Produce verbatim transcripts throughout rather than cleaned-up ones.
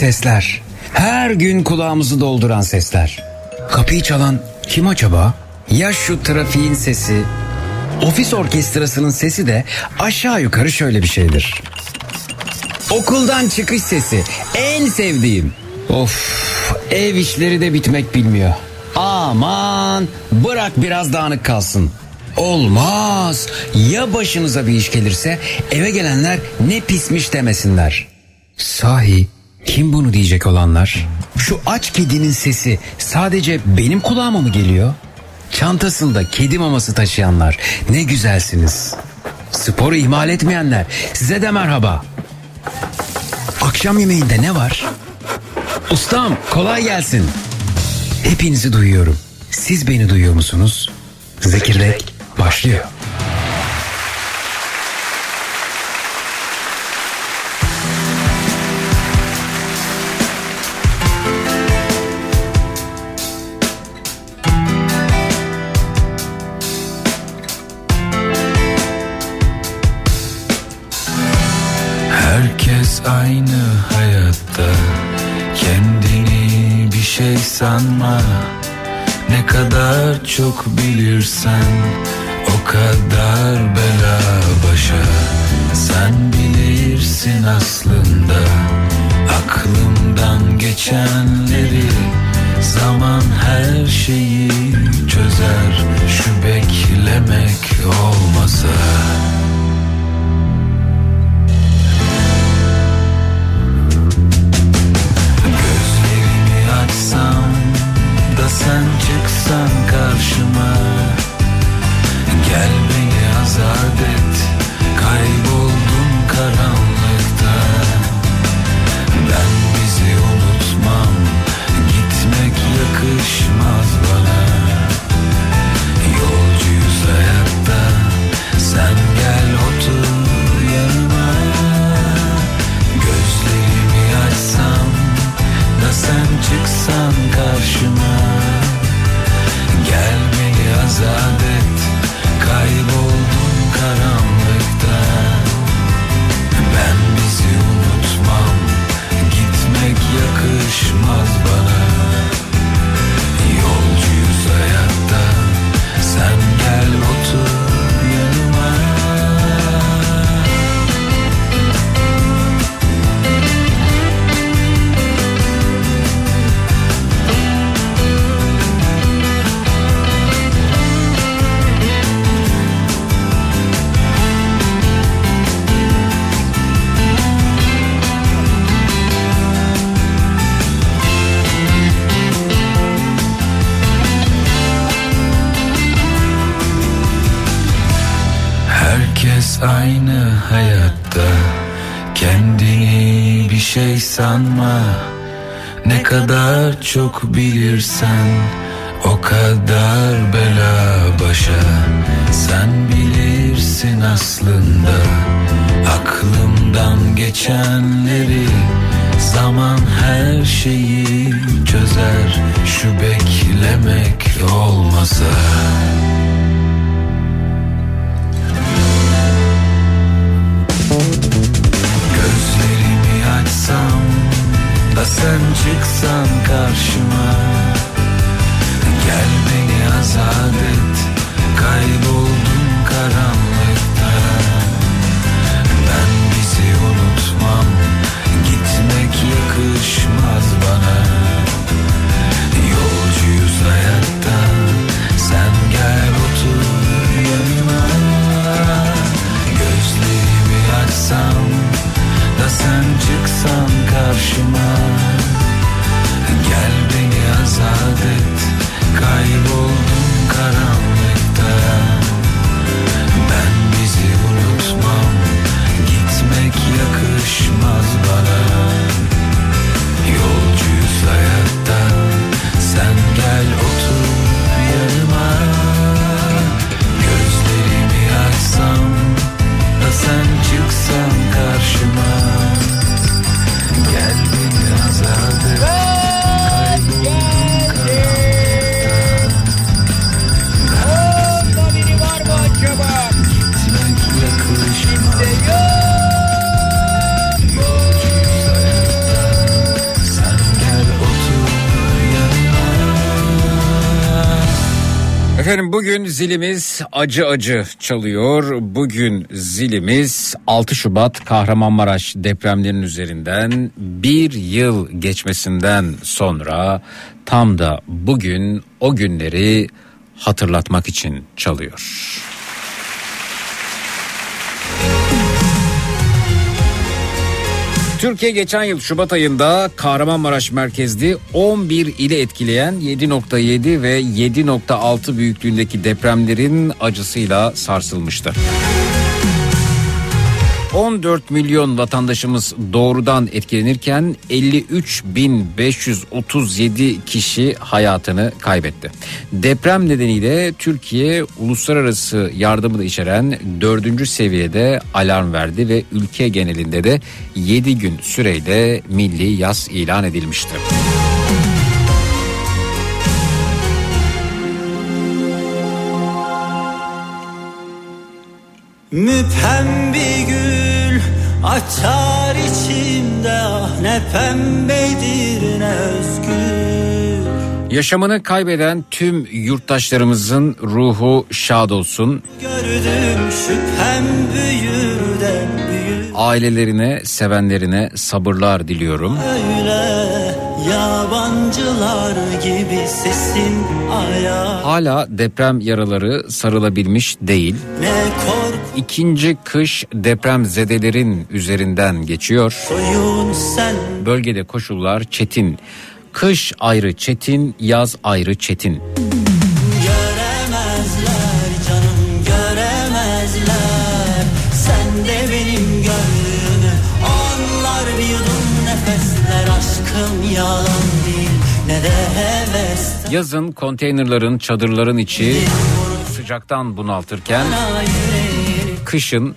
sesler. Her gün kulağımızı dolduran sesler. Kapıyı çalan kim acaba? Ya şu trafiğin sesi, ofis orkestrasının sesi de aşağı yukarı şöyle bir şeydir. Okuldan çıkış sesi, en sevdiğim. Of, ev işleri de bitmek bilmiyor. Aman, bırak biraz dağınık kalsın. Olmaz. Ya başınıza bir iş gelirse eve gelenler ne pismiş demesinler. Sahi kim bunu diyecek olanlar? Şu aç kedinin sesi sadece benim kulağıma mı geliyor? Çantasında kedi maması taşıyanlar ne güzelsiniz. Sporu ihmal etmeyenler size de merhaba. Akşam yemeğinde ne var? Ustam kolay gelsin. Hepinizi duyuyorum. Siz beni duyuyor musunuz? Zekirdek başlıyor. Herkes aynı hayatta, kendini bir şey sanma. Ne kadar çok bilirsen o kadar bela başa. Sen bilirsin aslında aklımdan geçenleri. Zaman her şeyi çözer, şu beklemek olmasa. Gözlerimi açsam da sen çıksan karşıma. Gel beni azat et, kayboldum karanlıkta. Ben bizi unutmam, gitmek yakışmaz bana. Yolcuyuz hayatta, sen gel otur yanıma. Gözlerimi açsam da sen çıksan karşıma. Gel beni azat et, kayboldum karanlıkta. Ben bizi unutmam, gitmek yakışmaz bana. Yolcuyuz hayatta, sen gel otur yanıma. Herkes aynı hayatta, kendini bir şey sanma. Ne kadar çok bilirsen o kadar bela başa. Sen bilirsin aslında aklımdan geçenleri. Zaman her şeyi çözer, şu beklemek olmasa. Gözlerimi açsam da sen çıksan karşıma. Gel beni azat et, kayboldum karanlıkta. Ben bizi unutmam, gitmek yakışmaz bana. Yolcuyuz hayatta, sen gel otur yanıma. Gözlerimi açsam da sen çıksan karşıma. Gel beni azat et, kayboldum karanlıkta. Ben Efendim bugün zilimiz acı acı çalıyor. Bugün zilimiz altı Şubat Kahramanmaraş depremlerinin üzerinden bir yıl geçmesinden sonra tam da bugün o günleri hatırlatmak için çalıyor. Türkiye geçen yıl Şubat ayında Kahramanmaraş merkezli on bir ili etkileyen yedi nokta yedi ve yedi nokta altı büyüklüğündeki depremlerin acısıyla sarsılmıştı. on dört milyon vatandaşımız doğrudan etkilenirken elli üç bin beş yüz otuz yedi kişi hayatını kaybetti. Deprem nedeniyle Türkiye uluslararası yardımı da içeren dördüncü seviyede alarm verdi ve ülke genelinde de yedi gün süreyle milli yas ilan edilmişti. Müphem bir gül açar içimde, ah ne pembedir ne özgür. Yaşamını kaybeden tüm yurttaşlarımızın ruhu şad olsun. Gördüm şüphem büyürden büyür. Ailelerine, sevenlerine sabırlar diliyorum. Öyle yabancılar gibi sesin ayağa. Hala deprem yaraları sarılabilmiş değil. Ne korku. İkinci kış depremzedelerin üzerinden geçiyor. Soyun sen. Bölgede koşullar çetin. Kış ayrı çetin, yaz ayrı çetin. Göremezler canım, göremezler. Sen de benim gönlümü. Onlar bir yudum nefesler, aşkım yalan değil ne de heves. Yazın konteynerların, çadırların içi sıcaktan bunaltırken kışın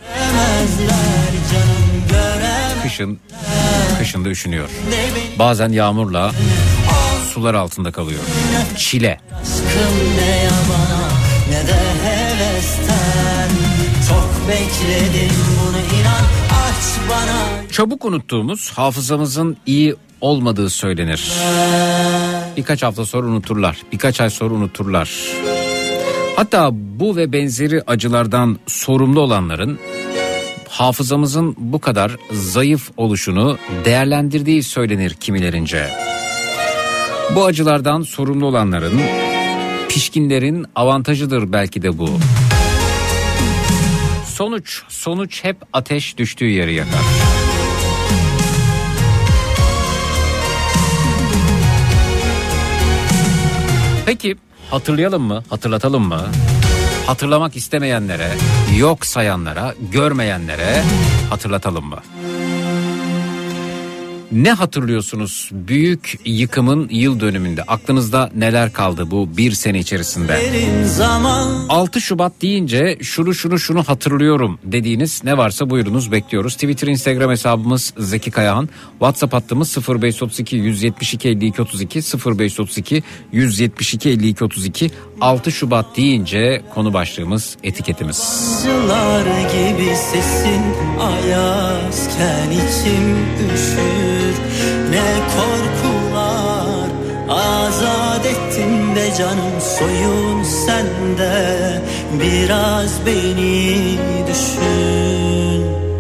kışın kışın da üşünüyor. Bazen yağmurla sular altında kalıyor. Çile. Aşkım ne yabana ne de hevesten. Çok bekledim bunu, inan aç bana. Çabuk unuttuğumuz, hafızamızın iyi olmadığı söylenir. Birkaç hafta sonra unuturlar. Birkaç ay sonra unuturlar. Hatta bu ve benzeri acılardan sorumlu olanların hafızamızın bu kadar zayıf oluşunu değerlendirdiği söylenir kimilerince. Bu acılardan sorumlu olanların, pişkinlerin avantajıdır belki de bu. Sonuç, sonuç hep ateş düştüğü yeri yakar. Peki hatırlayalım mı, hatırlatalım mı? Hatırlamak istemeyenlere, yok sayanlara, görmeyenlere hatırlatalım mı? Ne hatırlıyorsunuz büyük yıkımın yıl dönümünde? Aklınızda neler kaldı bu bir sene içerisinde? altı Şubat deyince şunu şunu şunu hatırlıyorum dediğiniz ne varsa buyurunuz, bekliyoruz. Twitter, Instagram hesabımız Zeki Kayahan. WhatsApp hattımız sıfır beş otuz iki yüz yetmiş iki elli iki otuz iki sıfır beş otuz iki yüz yetmiş iki elli iki otuz iki. altı Şubat deyince konu başlığımız, etiketimiz. Acılar gibi sesin ayazken içim üşür. Ne korkular azat ettin de canım, soyun sende biraz beni düşün.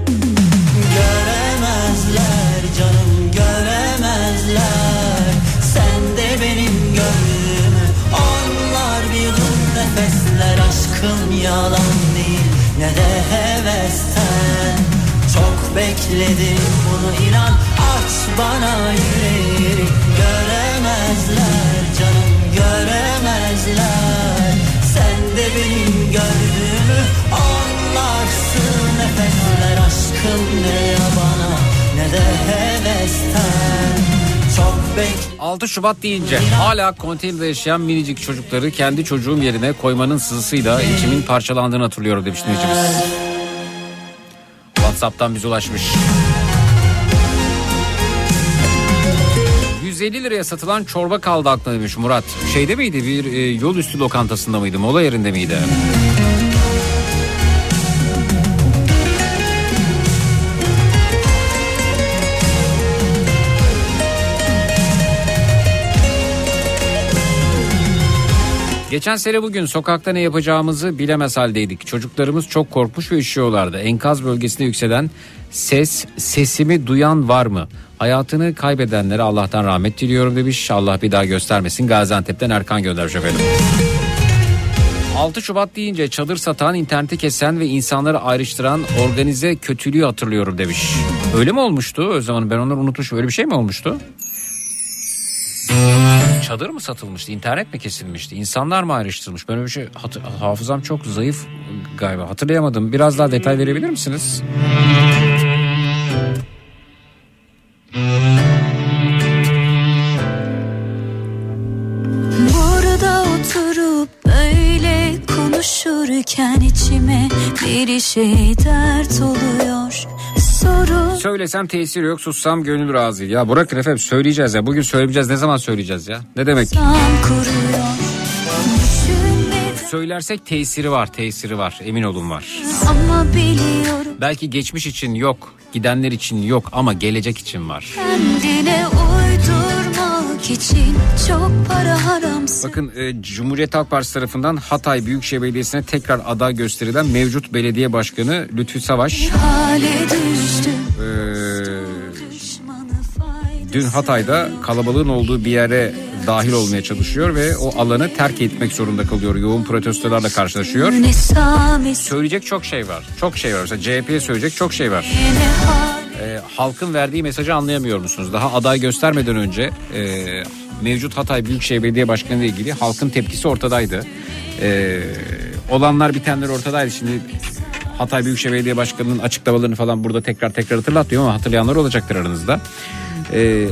Göremezler canım, göremezler. Sen de benim gönlümü. Onlar bir yudum nefesler, aşkım yalan değil ne de hevesten. Çok bekledim bunu, inan aç bana yüreği. Göremezler canım, göremezler. Sen de benim gördüğümü. Anlarsın nefesler, aşkım ne yabana ne de hevesten. Çok bekledim. altı Şubat deyince hala konteynerde yaşayan minicik çocukları kendi çocuğum yerine koymanın sızısıyla içimin parçalandığını hatırlıyorum demiş dinleyicimiz. WhatsApp'tan bize ulaşmış. yüz elli liraya satılan çorba kaldı aklına demiş Murat. Şeyde miydi, bir e, yol üstü lokantasında mıydı, mola yerinde miydi? Geçen sene bugün sokakta ne yapacağımızı bilemez haldeydik. Çocuklarımız çok korkmuş ve üşüyorlardı. Enkaz bölgesinde yükselen ses, sesimi duyan var mı? Hayatını kaybedenlere Allah'tan rahmet diliyorum demiş. Allah bir daha göstermesin. Gaziantep'ten Erkan göndermiş efendim. altı Şubat deyince çadır satan, interneti kesen ve insanları ayrıştıran organize kötülüğü hatırlıyorum demiş. Öyle mi olmuştu Özlem Hanım? Ben onları unutmuşum. Öyle bir şey mi olmuştu? Çadır mı satılmıştı? İnternet mi kesilmişti? İnsanlar mı ayrıştırılmış? Ben öyle bir şey hatır, hafızam çok zayıf galiba. Hatırlayamadım. Biraz daha detay verebilir misiniz? Burada oturup öyle konuşurken içime bir şey dert oluyor. Soru... Söylesem tesir yok, sussam gönül razı. Ya bırakın efendim, söyleyeceğiz ya. Bugün söyleyeceğiz, ne zaman söyleyeceğiz ya? Ne demek? Söylersek tesiri var, tesiri var. Emin olun var. Ama biliyorum. Belki geçmiş için yok, gidenler için yok ama gelecek için var. Kendine uydurmak için çok para haramsın. Bakın e, Cumhuriyet Halk Partisi tarafından Hatay Büyükşehir Belediyesi'ne tekrar aday gösterilen mevcut belediye başkanı Lütfü Savaş. E, dün Hatay'da kalabalığın olduğu bir yere dahil olmaya çalışıyor ve o alanı terk etmek zorunda kalıyor. Yoğun protestolarla karşılaşıyor. Söyleyecek çok şey var. Çok şey var. Mesela C H P'ye söyleyecek çok şey var. E, halkın verdiği mesajı anlayamıyor musunuz? Daha aday göstermeden önce e, mevcut Hatay Büyükşehir Belediye Başkanı ile ilgili halkın tepkisi ortadaydı. E, olanlar bitenler ortadaydı. Şimdi Hatay Büyükşehir Belediye Başkanı'nın açıklamalarını falan burada tekrar tekrar hatırlatmıyorum ama hatırlayanlar olacaktır aranızda. E,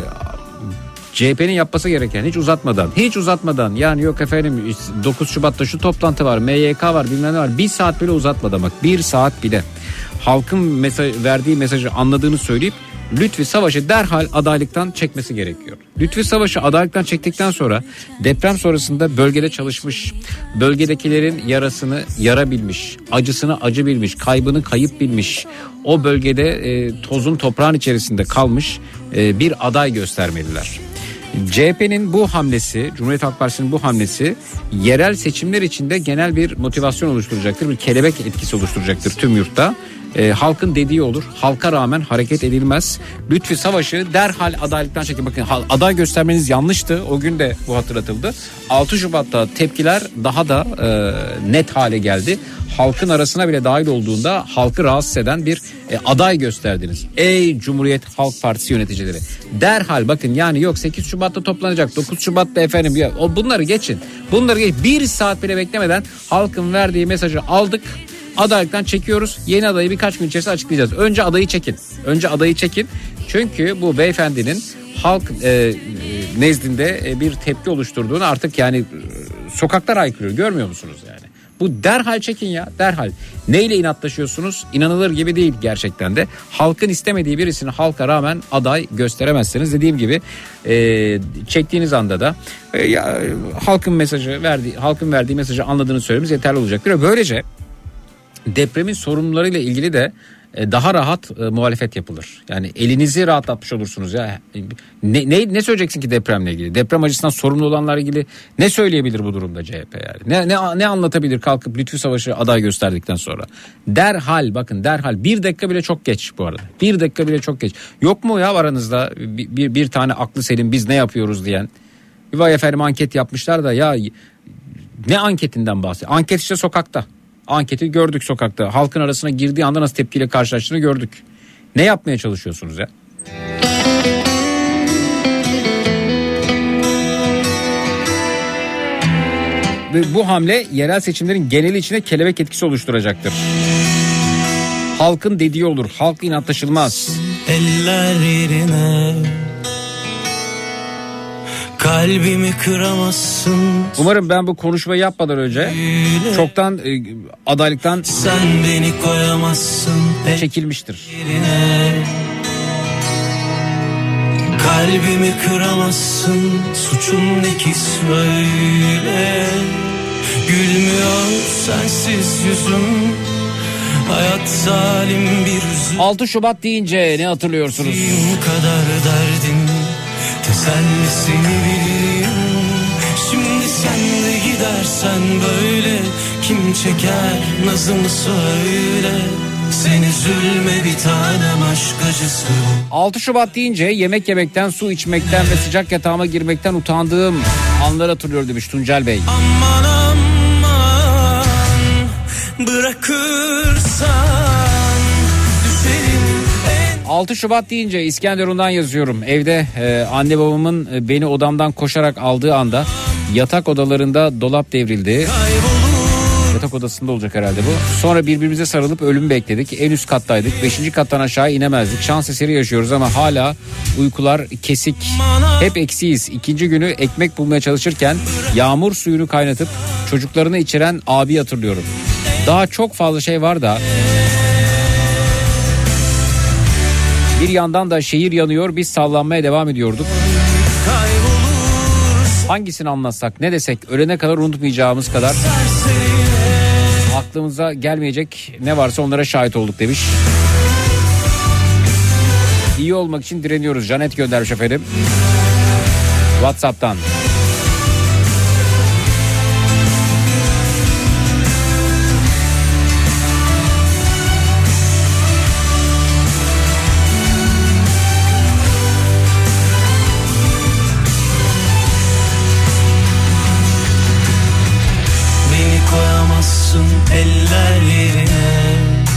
C H P'nin yapması gereken hiç uzatmadan, hiç uzatmadan yani yok efendim dokuz Şubat'ta şu toplantı var, M Y K var, bilmem ne var, bir saat bile uzatmadan, bak bir saat bile halkın mesaj, verdiği mesajı anladığını söyleyip Lütfü Savaş'ı derhal adaylıktan çekmesi gerekiyor. Lütfü Savaş'ı adaylıktan çektikten sonra deprem sonrasında bölgede çalışmış, bölgedekilerin yarasını yara bilmiş, acısını acı bilmiş, kaybını kayıp bilmiş, o bölgede e, tozun toprağın içerisinde kalmış e, bir aday göstermeliler. C H P'nin bu hamlesi, Cumhuriyet Halk Partisi'nin bu hamlesi yerel seçimler içinde genel bir motivasyon oluşturacaktır. Bir kelebek etkisi oluşturacaktır tüm yurtta. E, halkın dediği olur. Halka rağmen hareket edilmez. Lütfü Savaş'ı derhal adaylıktan çekin. Bakın aday göstermeniz yanlıştı. O gün de bu hatırlatıldı. altı Şubat'ta tepkiler daha da e, net hale geldi. Halkın arasına bile dahil olduğunda halkı rahatsız eden bir e, aday gösterdiniz. Ey Cumhuriyet Halk Partisi yöneticileri. Derhal bakın yani yok sekiz Şubat'ta toplanacak, dokuz Şubat'ta efendim ya, o bunları geçin. Bunları geç. Bir saat bile beklemeden halkın verdiği mesajı aldık. Adaylıktan çekiyoruz. Yeni adayı birkaç gün içerisinde açıklayacağız. Önce adayı çekin. Önce adayı çekin. Çünkü bu beyefendinin halk e, nezdinde e, bir tepki oluşturduğunu artık yani e, sokaklar haykırıyor. Görmüyor musunuz yani? Bu derhal çekin ya, derhal. Neyle inatlaşıyorsunuz? İnanılır gibi değil gerçekten de. Halkın istemediği birisini halka rağmen aday gösteremezsiniz. Dediğim gibi e, çektiğiniz anda da e, ya, halkın mesajı verdiği, halkın verdiği mesajı anladığını söylememiz yeterli olacaktır. Böylece depremin sorumlularıyla ilgili de daha rahat e, muhalefet yapılır. Yani elinizi rahatlatmış olursunuz ya. Ne, ne, ne söyleyeceksin ki depremle ilgili? Deprem acısından sorumlu olanlarla ilgili ne söyleyebilir bu durumda C H P yani? Ne, ne, ne anlatabilir kalkıp Lütfü Savaş'ı aday gösterdikten sonra? Derhal bakın derhal bir dakika bile çok geç bu arada. Bir dakika bile çok geç. Yok mu ya aranızda bir, bir, bir tane aklı selim biz ne yapıyoruz diyen? Vay efendim anket yapmışlar da ya ne anketinden bahsediyor? Anket işte sokakta. Anketi gördük sokakta. Halkın arasına girdiği anda nasıl tepkiyle karşılaştığını gördük. Ne yapmaya çalışıyorsunuz ya? Ve bu hamle yerel seçimlerin geneli içinde kelebek etkisi oluşturacaktır. Halkın dediği olur. Halk inatlaşılmaz. Eller yerine kalbimi kıramazsın. Umarım ben bu konuşmayı yapmadan önce çoktan e, adaylıktan sen beni koyamazsın çekilmiştir. Yerine. Kalbimi kıramazsın, suçum ne ki söyle. Gülmüyor sensiz yüzüm, hayat zalim bir üzüm. altı Şubat deyince ne hatırlıyorsunuz? Bu kadar derdim, tesellisini bilirim. Şimdi sen de gidersen böyle kim çeker nazımı söyle. Sen üzülme bir tanem aşk acısı. altı Şubat deyince yemek yemekten, su içmekten ve sıcak yatağıma girmekten utandığım anları hatırlıyor demiş Tuncel Bey. Aman aman bırakırsan düşerim. altı Şubat deyince İskenderun'dan yazıyorum. Evde e, anne babamın e, beni odamdan koşarak aldığı anda yatak odalarında dolap devrildi. Yatak odasında olacak herhalde bu. Sonra birbirimize sarılıp ölümü bekledik. En üst kattaydık. Beşinci kattan aşağı inemezdik. Şans eseri yaşıyoruz ama hala uykular kesik. Hep eksiyiz. İkinci günü ekmek bulmaya çalışırken yağmur suyunu kaynatıp çocuklarını içiren abi hatırlıyorum. Daha çok fazla şey var da. Bir yandan da şehir yanıyor, biz sallanmaya devam ediyorduk. Hangisini anlatsak, ne desek, ölene kadar unutmayacağımız kadar aklımıza gelmeyecek ne varsa onlara şahit olduk demiş. İyi olmak için direniyoruz. Janet göndermiş efendim WhatsApp'tan. Eller yerine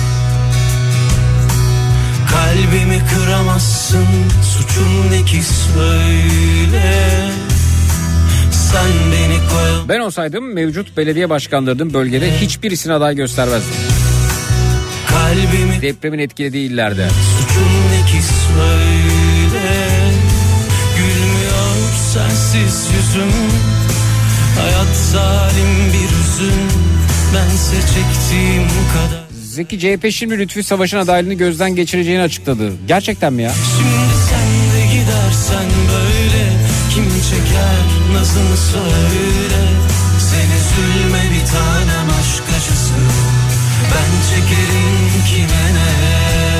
kalbimi kıramazsın, suçum ne ki söyle. Sen beni koy. Ben olsaydım mevcut belediye başkanlarının bölgede hiçbirisine aday göstermezdim. Kalbimi depremin etkilediği illerde. Suçum ne ki söyle. Gülmüyor sensiz yüzüm. Hayat zalim bir hüzün. Bense çektiğim kadar. Zeki C H P şimdi Lütfü Savaş'ın adaylığını gözden geçireceğini açıkladı. Gerçekten mi ya? Şimdi sen de gidersen böyle kim çeker nazını söyle. Sen üzülme bir tanem aşk acısı. Ben çekerim kime ne.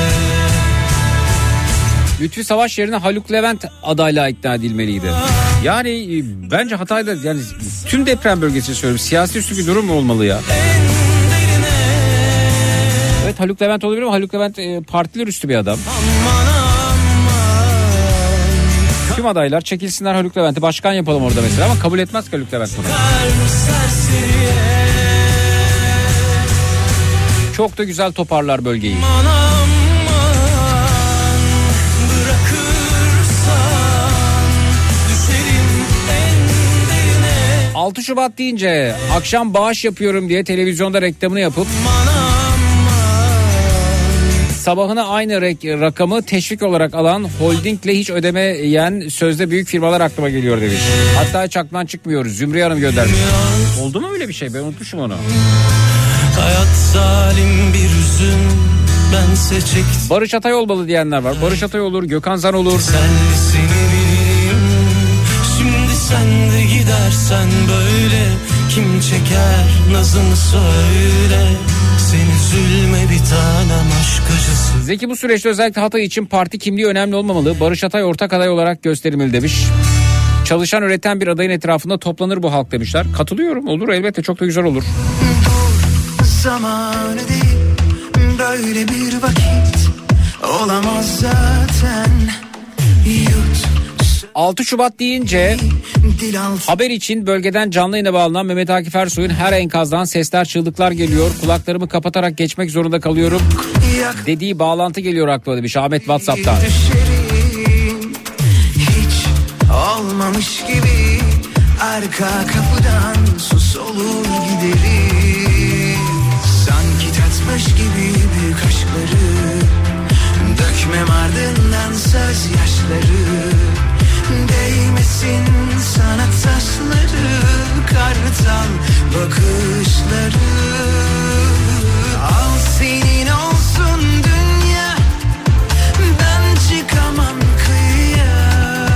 Lütfü Savaş yerine Haluk Levent adaylığa ikna edilmeliydi. Yani bence Hatay'da, yani tüm deprem bölgesini söylüyorum, siyasi üstü bir durum mu olmalı ya? Evet, Haluk Levent olabilir ama Haluk Levent e, partiler üstü bir adam. Tüm adaylar çekilsinler, Haluk Levent'i başkan yapalım orada mesela, ama kabul etmez Haluk Levent bunu. Çok da güzel toparlar bölgeyi. altı Şubat deyince akşam bağış yapıyorum diye televizyonda reklamını yapıp sabahına aynı re- rakamı teşvik olarak alan holdingle hiç ödemeyen sözde büyük firmalar aklıma geliyor demiş. Hatta hiç aklından çıkmıyor. Zümriye Hanım göndermiş. Oldu mu öyle bir şey? Ben unutmuşum onu. Hayat zalim bir hüzün. Bense çektim. Barış Atay olmalı diyenler var. Barış Atay olur, Gökhan Zan olur. Sen seni bileyim. Şimdi sen de gidersen böyle kim çeker nazını söyle. Sen üzülme bir tanem aşk acısı. Zeki bu süreçte özellikle Hatay için parti kimliği önemli olmamalı. Barış Atay ortak aday olarak gösterilmeli demiş. Çalışan, üreten bir adayın etrafında toplanır bu halk demişler. Katılıyorum, olur elbette, çok da güzel olur. Zamanı değil böyle bir vakit olamaz zaten. Yut. altı Şubat deyince haber için bölgeden canlı yayına bağlanan Mehmet Akif Ersoy'un her enkazdan sesler, çığlıklar geliyor. Kulaklarımı kapatarak geçmek zorunda kalıyorum dediği bağlantı geliyor aklıma demiş Ahmet WhatsApp'tan. Hiç olmamış gibi arka kapıdan sus olur giderim. Sanki tatmış gibi büyük aşkları dökmem ardından söz yaşları. Değmesin sana taşları, kartal bakışları. Al senin olsun dünya, ben çıkamam kıyıya.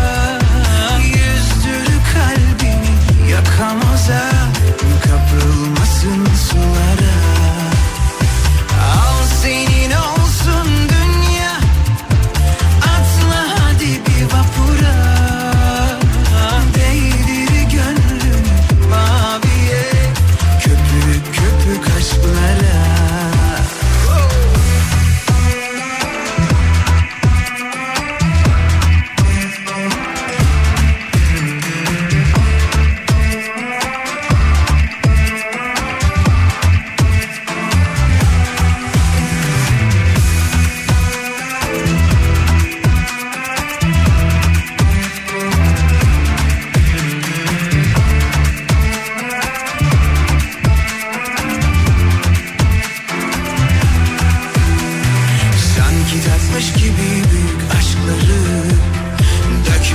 Yüzdür kalbimi yakamaza, kapılmasın sulara. Al senin olsun dünya, atla hadi bir vapur.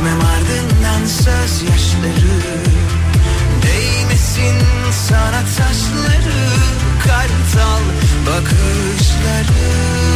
Dökmem ardından söz yaşları, değmesin sana taşları, kartal bakışları.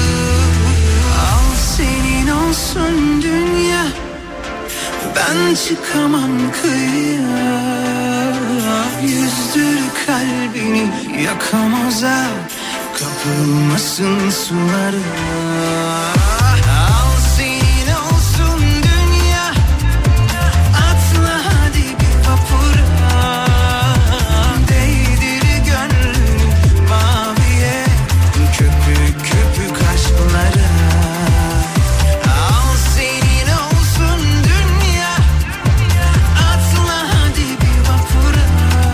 Al senin olsun dünya, ben çıkamam kıyıya. Yüzdür kalbini yakamoza, kapılmasın sulara. Al senin olsun dünya, atla hadi bir vapura. Değdir gönlünü maviye, köpük köpük aşklara. Al senin olsun dünya, atla hadi bir vapura.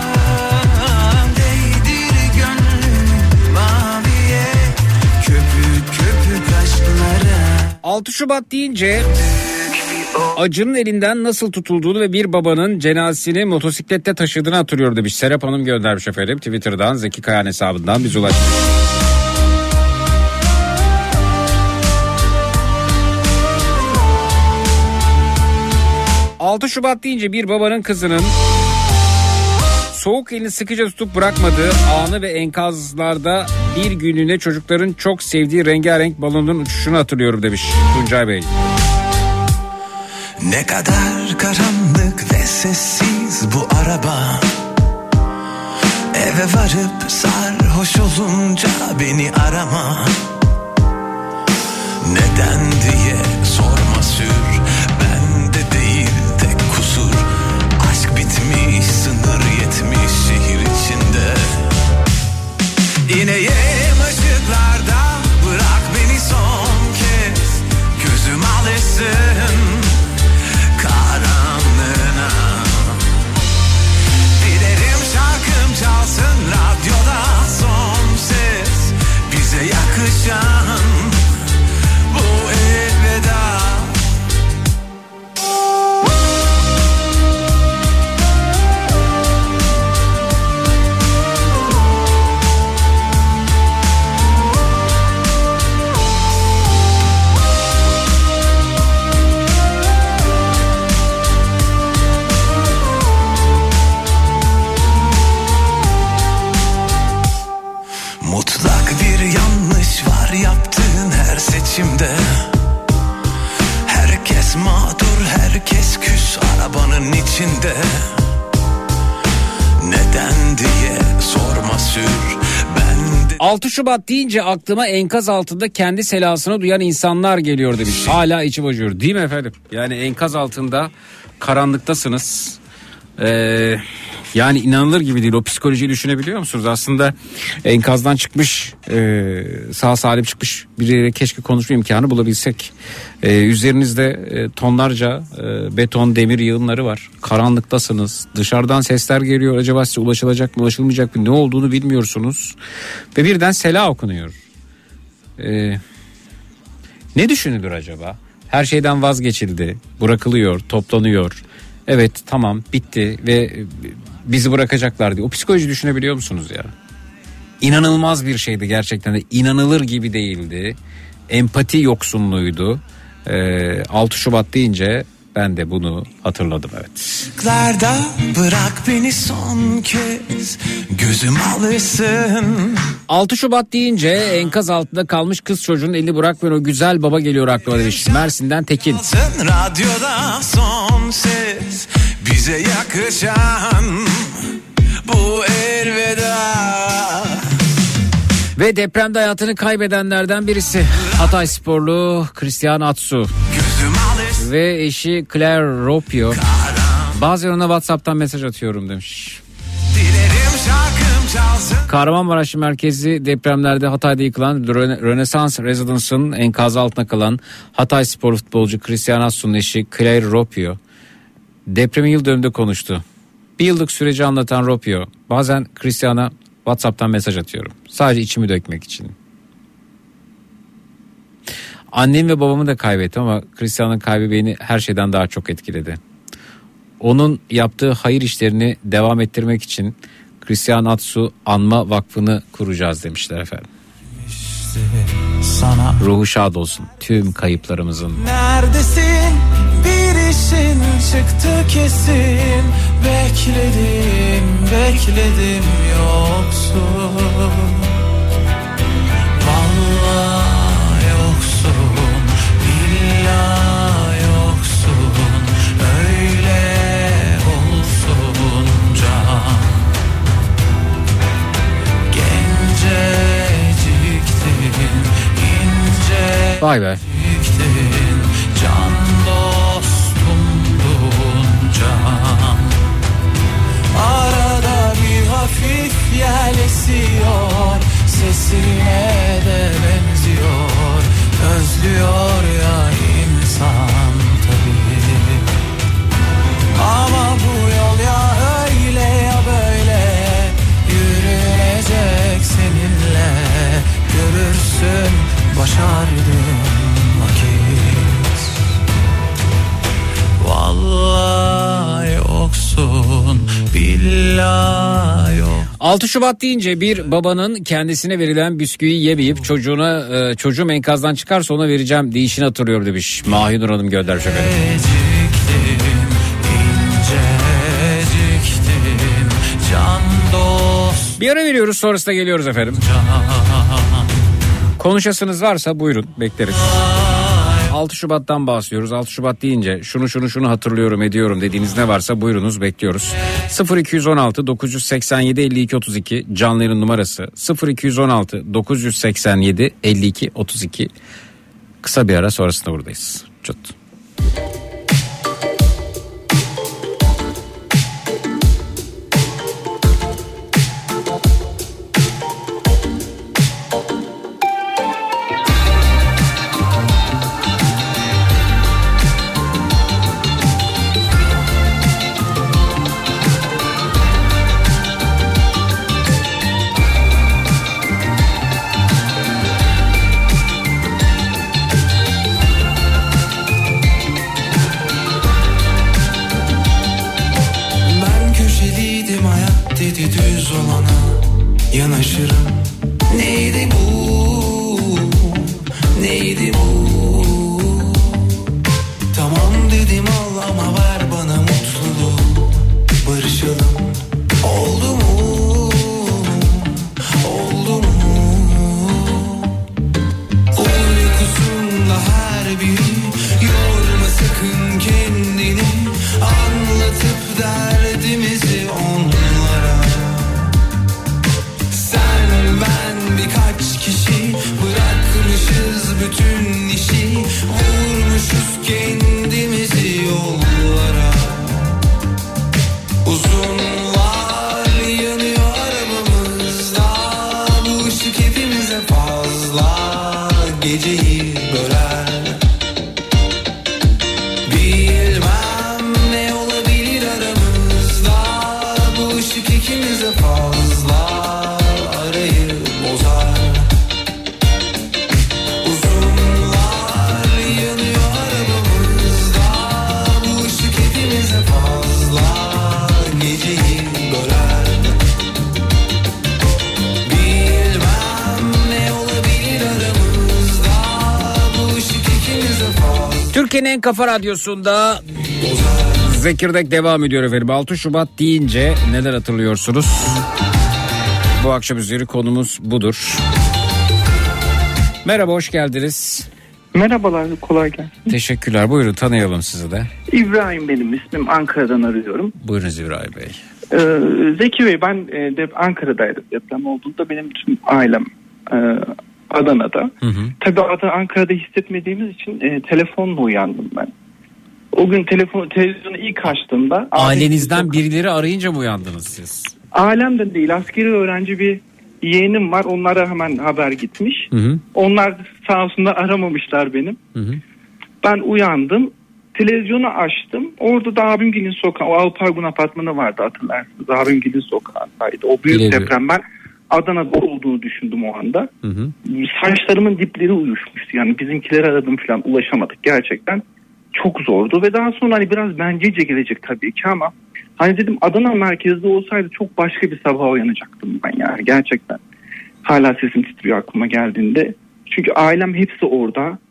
Değdir gönlünü maviye, köpük köpük aşklara. altı Şubat deyince acının elinden nasıl tutulduğunu ve bir babanın cenazesini motosiklette taşıdığını hatırlıyor demiş. Serap Hanım göndermiş efendim. Twitter'dan Zeki Kayan hesabından biz ulaştık. altı Şubat deyince bir babanın kızının soğuk elini sıkıca tutup bırakmadığı anı ve enkazlarda bir günlüğüne çocukların çok sevdiği rengarenk balonun uçuşunu hatırlıyorum demiş Tuncay Bey. Ne kadar karanlık ve sessiz bu araba. Eve varıp sarhoş olunca beni arama. Neden diye sorma sür, bende değil tek kusur. Aşk bitmiş, sınır yetmiş şehir içinde. İneyim ışıklarda, bırak beni son kez. Gözüm alışsın karanlığına. Dilerim şarkım çalsın radyoda son ses. Bize yakışan bu elveda. Mutlak bir yanlış var yaptığın her seçimde. Herkes mağdur, herkes küs arabanın içinde. Neden diye sorma sür, ben de... altı Şubat deyince aklıma enkaz altında kendi selasını duyan insanlar geliyor demiş. Hala içim acıyor değil mi efendim? Yani enkaz altında karanlıktasınız. Ee, yani inanılır gibi değil. O psikolojiyi düşünebiliyor musunuz? Aslında enkazdan çıkmış, e, sağ salim çıkmış biriyle keşke konuşma imkanı bulabilsek. E, üzerinizde e, tonlarca e, beton, demir yığınları var. Karanlıktasınız. Dışarıdan sesler geliyor. Acaba size ulaşılacak mı, ulaşılmayacak mı? Ne olduğunu bilmiyorsunuz. Ve birden sela okunuyor. E, ne düşünülür acaba? Her şeyden vazgeçildi. Bırakılıyor, toplanıyor. Evet tamam bitti ve bizi bırakacaklar diye. O psikoloji düşünebiliyor musunuz ya? İnanılmaz bir şeydi gerçekten de, inanılır gibi değildi. Empati yoksunluğuydu. Ee, altı Şubat deyince ben de bunu hatırladım evet. Işıklarda bırak beni son kez, gözüm alışsın. altı Şubat deyince enkaz altında kalmış kız çocuğun elini bırakmayan o güzel baba geliyor aklıma demiş. Mersin'den Tekin. Radyoda son ses, bize yakışan bu elveda. Ve depremde hayatını kaybedenlerden birisi Hataysporlu Cristiano Atsu ve eşi Claire Ropio. Bazen ona WhatsApp'tan mesaj atıyorum demiş. Kahramanmaraş merkezi depremlerde Hatay'da yıkılan Rönesans Residence'ın enkazı altına kalan Hatayspor futbolcu Cristiano Atsu'nun eşi Claire Ropio depremin yıl dönümünde konuştu. Bir yıllık süreci anlatan Ropio, bazen Cristiano'ya WhatsApp'tan mesaj atıyorum. Sadece içimi dökmek için. Annem ve babamı da kaybettim ama Cristiano'nun kaybı beni her şeyden daha çok etkiledi. Onun yaptığı hayır işlerini devam ettirmek için Cristiano Atsu Anma Vakfı'nı kuracağız demişler efendim. İşte sana ruhu şad olsun tüm kayıplarımızın. Neredesin bir işin kesin. Bekledim, bekledim yoksun. Vallahi yoksun, billahi yoksun. Öyle olsun can. Genceciktin, inceciktin. Vay be. Can dostumdun can. Arada bir hafif yel esiyor, sesine de benziyor. Özlüyor ya insan tabii. Ama bu yol ya öyle ya böyle yürünecek seninle. Görürsün başardığın vakit. Vallahi yoksun, billahi yok. altı Şubat deyince bir babanın kendisine verilen bisküviyi yemeyip çocuğuna e, çocuğum enkazdan çıkarsa ona vereceğim deyişini hatırlıyorum demiş. Mahinur Hanım göndermiş efendim. Bir ara veriyoruz, sonrasında geliyoruz efendim. Konuşasınız varsa buyurun, bekleriz. altı Şubat'tan bahsediyoruz. altı Şubat deyince şunu şunu şunu hatırlıyorum ediyorum dediğiniz ne varsa buyurunuz, bekliyoruz. sıfır iki on altı dokuz seksen yedi elli iki otuz iki canlı yayın numarası sıfır iki on altı dokuz seksen yedi elli iki otuz iki. Kısa bir ara sonrasında buradayız. Çut. Yanaşırım. Neydi bu? Neydi bu? Tamam dedim al ama ver bana mutluluğu. Barışalım. Oldu mu? Oldu mu? Uykusunda her biri yorma sakın kendini. Anlatıp derdimizi onlara. Ben birkaç kişi bırakmışız bütün işi, vurmuşuz kendimizi yollara. Uzunlar yanıyor arabamızda, bu ışık hepimize fazla geceyi böler. Bilmem ne olabilir aramızda, bu ışık ikimize fazla arayı bozar. Uzunlar yanıyor arabamızda, bu ışık hepimize fazla geceyi böler. Bilmem ne olabilir aramızda, bu ışık ikimize fazla. Türkiye'nin en kafa radyosunda Zekirdek devam ediyor efendim. altı Şubat deyince neler hatırlıyorsunuz? Bu akşam üzeri konumuz budur. Merhaba, hoş geldiniz. Merhabalar, kolay gelsin. Teşekkürler, buyurun tanıyalım sizi de. İbrahim benim ismim, Ankara'dan arıyorum. Buyurunuz İbrahim Bey. Ee, Zeki Bey, ben e, de Ankara'daydım deprem olduğunda, benim tüm ailem e, Adana'da. Hı hı. Tabii Adana, Ankara'da hissetmediğimiz için e, telefonla uyandım ben. O gün telefon, televizyonu ilk açtığımda... Ailenizden çok... birileri arayınca mı uyandınız siz? Ailemden değil, askeri öğrenci bir yeğenim var, onlara hemen haber gitmiş. Hı hı. Onlar sağ olsunlar aramamışlar benim. Hı hı. Ben uyandım, televizyonu açtım, orada da abimgilin sokağı, o Alpargun apartmanı vardı, hatırlarsınız, abimgilin sokağındaydı. O büyük Bilemiyorum. deprem, ben Adana'da olduğunu düşündüm o anda. Hı hı. Saçlarımın dipleri uyuşmuştu, yani bizimkileri aradım falan, ulaşamadık gerçekten. Çok zordu ve daha sonra hani biraz bencilce gelecek tabii ki ama hani dedim Adana merkezde olsaydı çok başka bir sabah uyanacaktım ben yani gerçekten. Hala sesim titriyor aklıma geldiğinde. Çünkü ailem hepsi orada.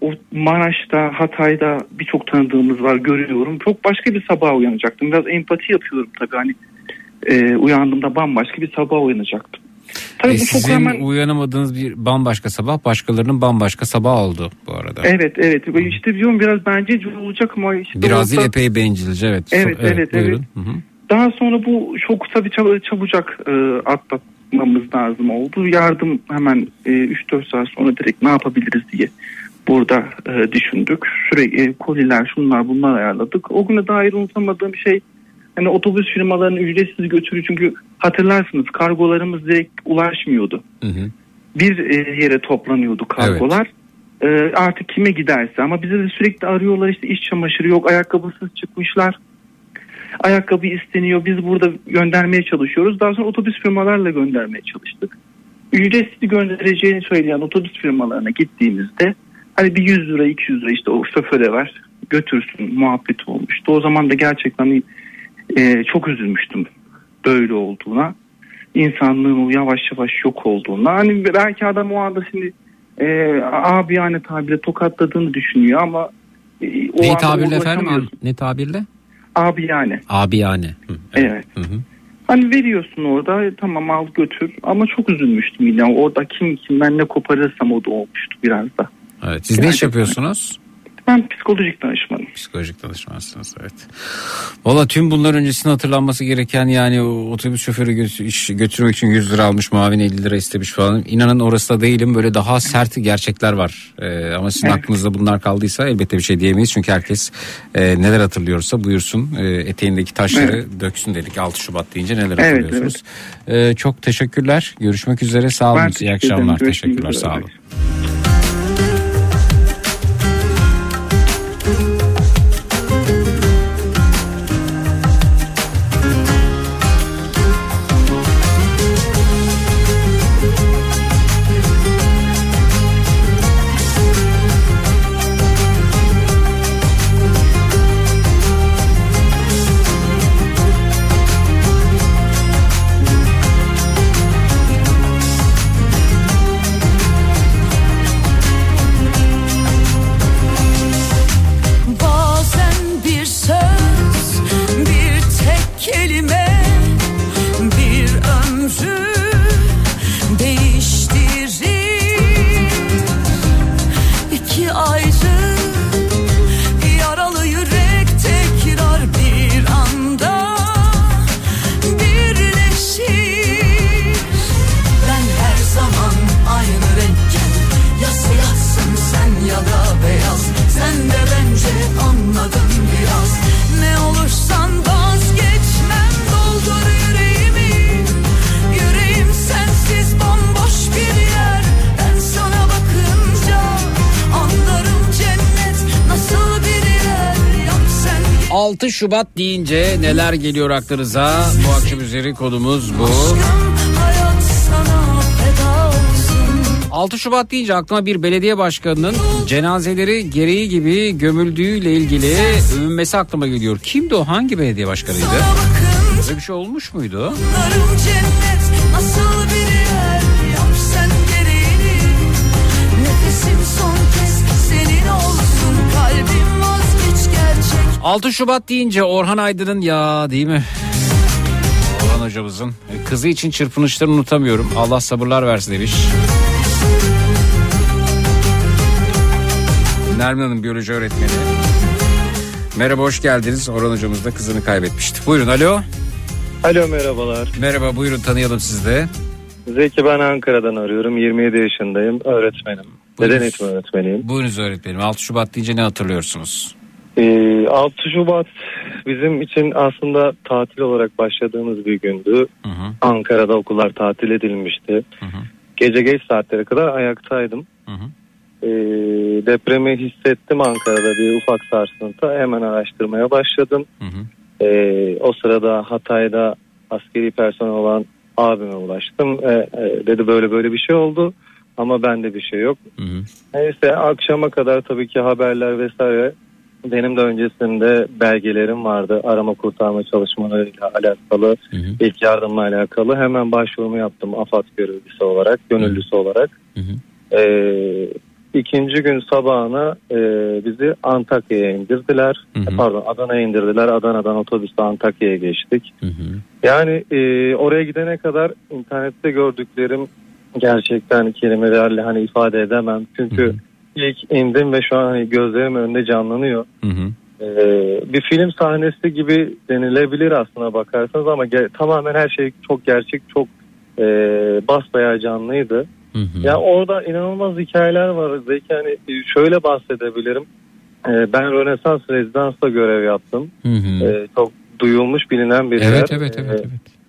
o Maraş'ta, Hatay'da birçok tanıdığımız var, görüyorum. Çok başka bir sabah uyanacaktım. Biraz empati yapıyorum tabii, hani e, uyandığımda bambaşka bir sabah uyanacaktım. Tabii e bu sizin çok hemen... uyanamadığınız bir bambaşka sabah başkalarının bambaşka sabah oldu bu arada. Evet evet Hı. işte diyorum biraz bencilce olacak ama işte biraz değil orada... epey bencilce evet. Evet so- evet evet. evet. Daha sonra bu şoku tabii çabucak e, atlatmamız lazım oldu. Yardım hemen e, üç dört saat sonra direkt ne yapabiliriz diye burada e, düşündük. Sürekli e, koliler şunlar bunlar ayarladık. O güne dair unutamadığım şey, hani otobüs firmalarının ücretsiz götürü, çünkü hatırlarsınız kargolarımız direkt ulaşmıyordu. Hı hı. Bir e, yere toplanıyordu kargolar. Evet. E, artık kime giderse, ama bize de sürekli arıyorlar, işte iş çamaşırı yok, ayakkabısız çıkmışlar. Ayakkabı isteniyor, biz burada göndermeye çalışıyoruz. Daha sonra otobüs firmalarla göndermeye çalıştık. Ücretsiz göndereceğini söyleyen otobüs firmalarına gittiğimizde hani bir yüz lira iki yüz lira işte o şoföre ver götürsün muhabbet olmuştu. O zaman da gerçekten e, çok üzülmüştüm böyle olduğuna. İnsanlığın yavaş yavaş yok olduğuna. Hani belki adam o anda şimdi e, abi yani tabirle tokatladığını düşünüyor ama e, o ne tabirle efendim? Ne tabirle? Abi yani. Abi yani. Hı, evet. evet. Hı hı. Hani veriyorsun orada, tamam al götür, ama çok üzülmüştüm yine. Yani orada kim kimden ne koparırsam o da olmuştu biraz da. Evet. Siz gerçekten ne iş yapıyorsunuz? Ben psikolojik danışmanım. Psikolojik danışmansınız, evet. Valla tüm bunlar öncesinde hatırlanması gereken, yani otobüs şoförü gö- götürmek için yüz lira almış, muavin elli lira istemiş falan. İnanın orası da değilim, böyle daha sert gerçekler var. Ee, ama sizin evet. aklınızda bunlar kaldıysa elbette bir şey diyemeyiz. Çünkü herkes e, neler hatırlıyorsa buyursun, e, eteğindeki taşları evet. döksün dedik altı Şubat deyince, neler evet, hatırlıyorsunuz. Evet. E, çok teşekkürler. Görüşmek üzere. Sağ olun. İyi akşamlar. Teşekkürler. Sağ olun. altı Şubat deyince neler geliyor aklınıza? Bu akşam üzeri konumuz bu. altı Şubat deyince aklıma bir belediye başkanının cenazeleri gereği gibi gömüldüğüyle ilgili övünmesi aklıma geliyor. Kimdi o? Hangi belediye başkanıydı? Böyle bir şey olmuş muydu? altı Şubat deyince Orhan Aydın'ın, ya değil mi? Orhan hocamızın kızı için çırpınışlarını unutamıyorum. Allah sabırlar versin demiş. Nermin Hanım biyoloji öğretmeni. Merhaba, hoş geldiniz. Orhan hocamız da kızını kaybetmişti. Buyurun, alo. Alo, merhabalar. Merhaba, buyurun, tanıyalım sizi de. Zeki, ben Ankara'dan arıyorum. yirmi yedi yaşındayım. Öğretmenim. Beden eğitimi öğretmeniyim. Buyurunuz öğretmenim. altı Şubat deyince ne hatırlıyorsunuz? Ee, altı Şubat bizim için aslında tatil olarak başladığımız bir gündü. Hı hı. Ankara'da okullar tatil edilmişti. Hı hı. Gece geç saatlere kadar ayaktaydım. Hı hı. Ee, depremi hissettim Ankara'da, bir ufak sarsıntı. Hemen araştırmaya başladım. Hı hı. Ee, o sırada Hatay'da askeri personel olan abime ulaştım. Ee, e, dedi böyle böyle bir şey oldu ama bende bir şey yok. Hı hı. Neyse, akşama kadar tabii ki haberler vesaire. Benim de öncesinde belgelerim vardı. Arama kurtarma çalışmalarıyla alakalı, hı hı. ilk yardımla alakalı. Hemen başvurumu yaptım AFAD görevlisi olarak, gönüllüsü hı. olarak. Hı hı. Ee, ikinci gün sabahına e, bizi Antakya'ya indirdiler. Hı hı. Pardon, Adana'ya indirdiler. Adana'dan otobüsle Antakya'ya geçtik. Hı hı. Yani e, oraya gidene kadar internette gördüklerim gerçekten kelimelerle hani ifade edemem. Çünkü hı hı. ilk indim ve şu an hani gözlerim önünde canlanıyor. Hı hı. Ee, bir film sahnesi gibi denilebilir aslına bakarsanız ama ge- tamamen her şey çok gerçek, çok e, basbayağı canlıydı. Hı hı. Ya orada inanılmaz hikayeler var. Zeki, hani şöyle bahsedebilirim. Ee, ben Rönesans Rezidans'ta görev yaptım. Hı hı. Ee, çok duyulmuş, bilinen bir evet, yer. Evet, evet, evet.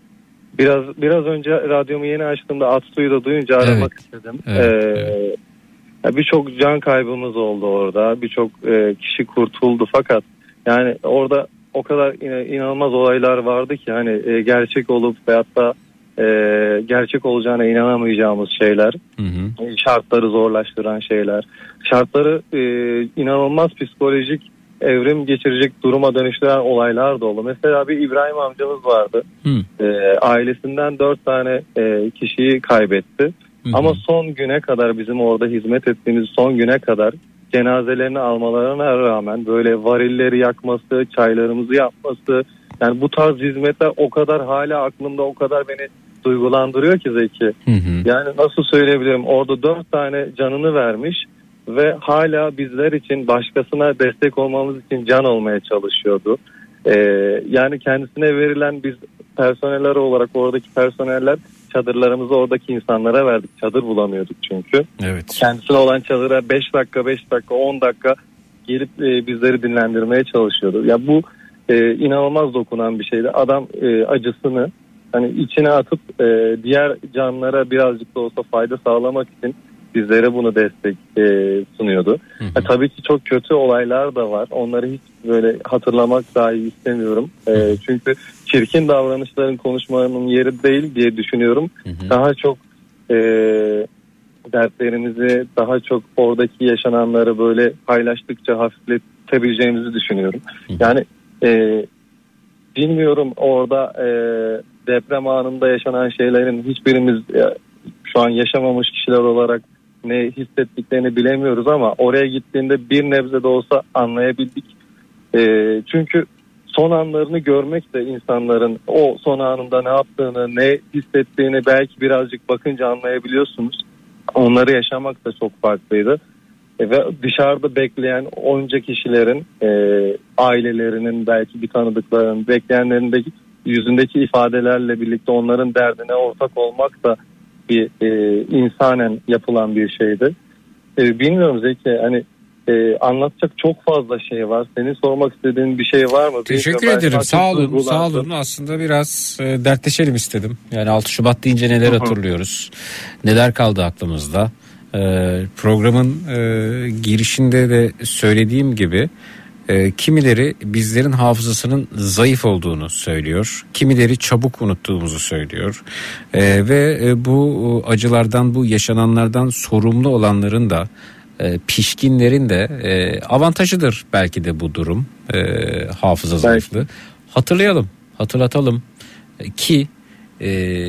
Biraz biraz önce radyomu yeni açtığımda Atsu'yu da duyunca aramak evet. istedim. Evet, ee, evet. Birçok can kaybımız oldu orada. Birçok e, kişi kurtuldu fakat yani orada o kadar inanılmaz olaylar vardı ki hani e, gerçek olup veyahut da e, gerçek olacağına inanamayacağımız şeyler. Hı hı. Şartları zorlaştıran şeyler. Şartları e, inanılmaz psikolojik evrim geçirecek duruma dönüştüren olaylar da oldu. Mesela bir İbrahim amcamız vardı. Hı. E, ailesinden dört tane e, kişiyi kaybetti. Hı hı. Ama son güne kadar, bizim orada hizmet ettiğimiz son güne kadar cenazelerini almalarına rağmen böyle varilleri yakması, çaylarımızı yapması, yani bu tarz hizmetler o kadar hala aklımda, o kadar beni duygulandırıyor ki Zeki. Hı hı. Yani nasıl söyleyebilirim, orada dört tane canını vermiş ve hala bizler için, başkasına destek olmamız için can olmaya çalışıyordu. Ee, yani kendisine verilen, biz personeller olarak oradaki personeller çadırlarımızı oradaki insanlara verdik. Çadır bulamıyorduk çünkü. Evet. Kendisine olan çadıra beş dakika, beş dakika, on dakika gelip e, bizleri dinlendirmeye çalışıyordu. Ya bu e, inanılmaz dokunan bir şeydi. Adam e, acısını hani içine atıp e, diğer canlılara birazcık da olsa fayda sağlamak için bizlere bunu destek e, sunuyordu. Hı hı. E, tabii ki çok kötü olaylar da var. Onları hiç böyle hatırlamak dahi istemiyorum. E, çünkü çirkin davranışların konuşmanın yeri değil diye düşünüyorum. Hı hı. Daha çok e, dertlerimizi, daha çok oradaki yaşananları böyle paylaştıkça hafifletebileceğimizi düşünüyorum. Hı hı. Yani e, bilmiyorum, orada e, deprem anında yaşanan şeylerin hiçbirimiz e, şu an yaşamamış kişiler olarak ne hissettiklerini bilemiyoruz ama oraya gittiğinde bir nebze de olsa anlayabildik. E, çünkü son anlarını görmek de insanların o son anında ne yaptığını, ne hissettiğini belki birazcık bakınca anlayabiliyorsunuz. Onları yaşamak da çok farklıydı. E, ve dışarıda bekleyen onca kişilerin, e, ailelerinin, belki bir tanıdıklarının, bekleyenlerindeki yüzündeki ifadelerle birlikte onların derdine ortak olmak da bir e, insanen yapılan bir şeydi. E, bilmiyorum Zeki, hani e, anlatacak çok fazla şey var. Senin sormak istediğin bir şey var mı? Teşekkür bilmiyorum. ederim. Sağ olun. Sağ olun. Aslında biraz e, dertleşelim istedim. Yani altı Şubat deyince neler hatırlıyoruz? Neler kaldı aklımızda? E, programın e, girişinde de söylediğim gibi E, kimileri bizlerin hafızasının zayıf olduğunu söylüyor. Kimileri çabuk unuttuğumuzu söylüyor. E, ve e, bu acılardan, bu yaşananlardan sorumlu olanların da, e, pişkinlerin de e, avantajıdır belki de bu durum. E, hafıza zayıflığı. Hatırlayalım, hatırlatalım e, ki e,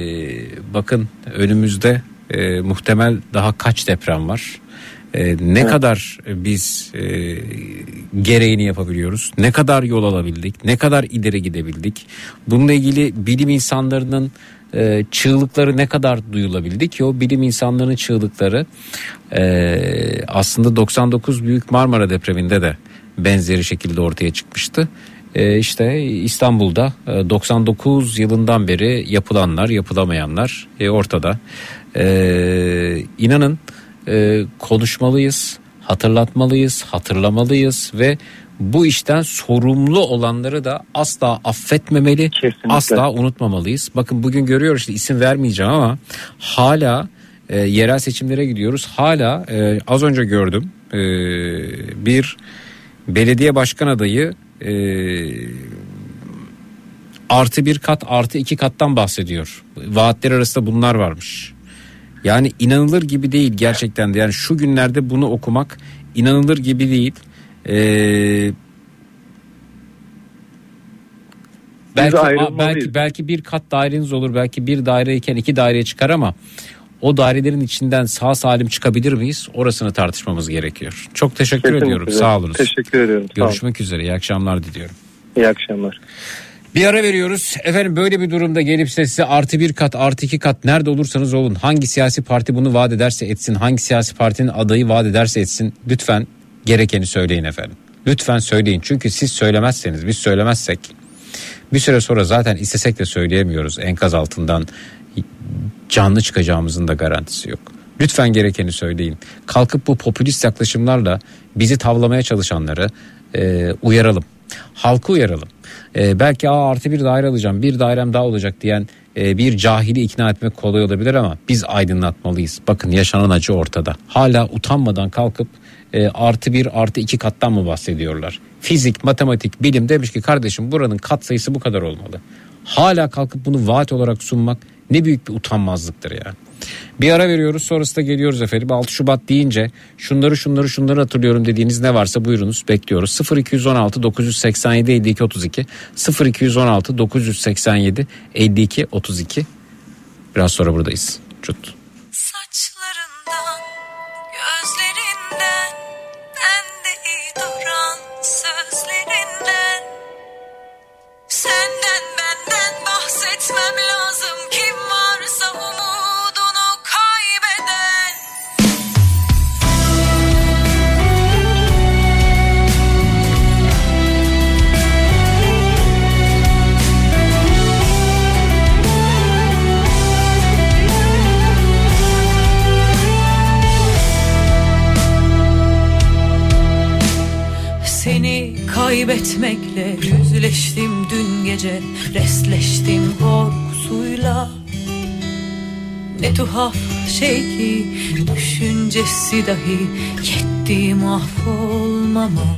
bakın önümüzde e, muhtemel daha kaç deprem var. Ee, ne evet. kadar biz e, gereğini yapabiliyoruz, ne kadar yol alabildik, ne kadar ileri gidebildik, bununla ilgili bilim insanlarının e, çığlıkları ne kadar duyulabildi ki o bilim insanlarının çığlıkları e, aslında doksan dokuz Büyük Marmara depreminde de benzeri şekilde ortaya çıkmıştı. E, işte İstanbul'da e, doksan dokuz yılından beri yapılanlar, yapılamayanlar e, ortada. E, inanın Ee, konuşmalıyız, hatırlatmalıyız, hatırlamalıyız ve bu işten sorumlu olanları da asla affetmemeli, kesinlikle. Asla unutmamalıyız. Bakın bugün görüyoruz, işte isim vermeyeceğim ama hala e, yerel seçimlere gidiyoruz. Hala e, az önce gördüm e, bir belediye başkan adayı e, artı bir kat, artı iki kattan bahsediyor. Vaatler arasında bunlar varmış. Yani inanılır gibi değil gerçekten de. Yani şu günlerde bunu okumak inanılır gibi değil. Ee, belki belki belki bir kat daireniz olur, belki bir daireyken iki daireye çıkar ama o dairelerin içinden sağ salim çıkabilir miyiz? Orasını tartışmamız gerekiyor. Çok teşekkür Kesinlikle. ediyorum. Sağ olunuz. Teşekkür ediyorum. Görüşmek üzere. İyi akşamlar diliyorum. İyi akşamlar. Bir ara veriyoruz. Efendim böyle bir durumda gelip size artı bir kat artı iki kat nerede olursanız olun, hangi siyasi parti bunu vaat ederse etsin, hangi siyasi partinin adayı vaat ederse etsin, lütfen gerekeni söyleyin efendim. Lütfen söyleyin, çünkü siz söylemezseniz, biz söylemezsek bir süre sonra zaten istesek de söyleyemiyoruz. Enkaz altından canlı çıkacağımızın da garantisi yok. Lütfen gerekeni söyleyin. Kalkıp bu popülist yaklaşımlarla bizi tavlamaya çalışanları e, uyaralım. Halkı uyaralım. Ee, belki Aa, artı bir daire alacağım, bir dairem daha olacak diyen e, bir cahili ikna etmek kolay olabilir ama biz aydınlatmalıyız. Bakın yaşanan acı ortada. Hala utanmadan kalkıp e, artı bir artı iki kattan mı bahsediyorlar? Fizik, matematik, bilim demiş ki kardeşim buranın katsayısı bu kadar olmalı. Hala kalkıp bunu vaat olarak sunmak ne büyük bir utanmazlıktır ya. Bir ara veriyoruz, sonrasında geliyoruz efendim. altı Şubat deyince şunları şunları şunları hatırlıyorum dediğiniz ne varsa buyurunuz, bekliyoruz. sıfır iki on altı dokuz yüz seksen yedi elli iki otuz iki sıfır iki on altı dokuz yüz seksen yedi elli iki otuz iki. Biraz sonra buradayız. Çut. Saçlarından, gözlerinden, bende iyi duran sözlerinden, senden benden bahsetmem lazım, kim varsa umudunu kaybeden. Seni kaybetmekle yüzleştim dün gece, restleştim korkusuyla. Ne tuhaf şey ki düşüncesi dahi yetti mahvolmama.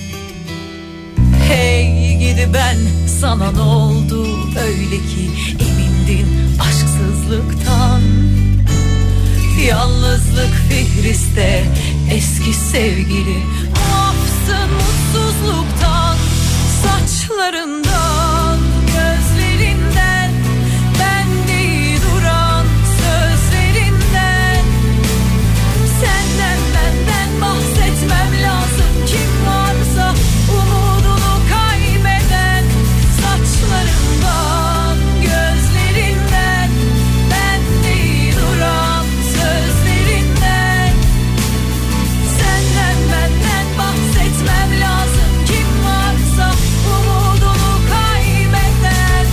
Hey gidi ben, sana ne oldu öyle ki emindin aşksızlıktan. Yalnızlık Fihriste eski sevgili, muafsın mutsuzluktan. Saçlarından, gözlerinden, bende iyi duran sözlerinden, senden benden bahsetmem lazım, kim varsa umudunu kaybeden. Saçlarından, gözlerinden, bende iyi duran sözlerinden, senden benden bahsetmem lazım, kim varsa umudunu kaybeden.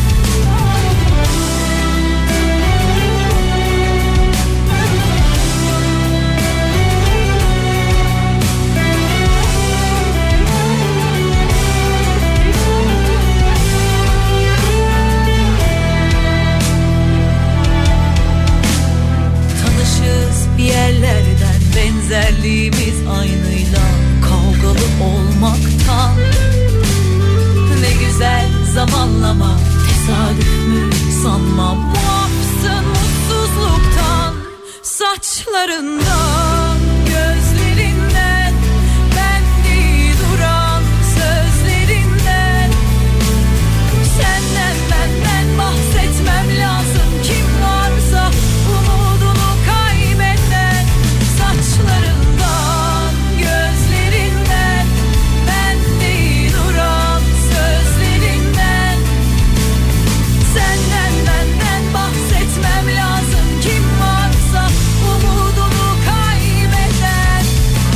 Tanışız bir yerlerden, benzerliğimiz aynıyla kavgalı olmaktan. Ne güzel zamanlama, tesadüf mü sanmam, muafsın mutsuzluktan. Saçlarından, gözlerinden, bende iyi duran sözlerinden, senden benden bahsetmem lazım, kim varsa umudunu kaybeden. Saçlarından, gözlerinden, bende iyi duran sözlerinden, senden benden bahsetmem lazım, kim varsa umudunu kaybeden.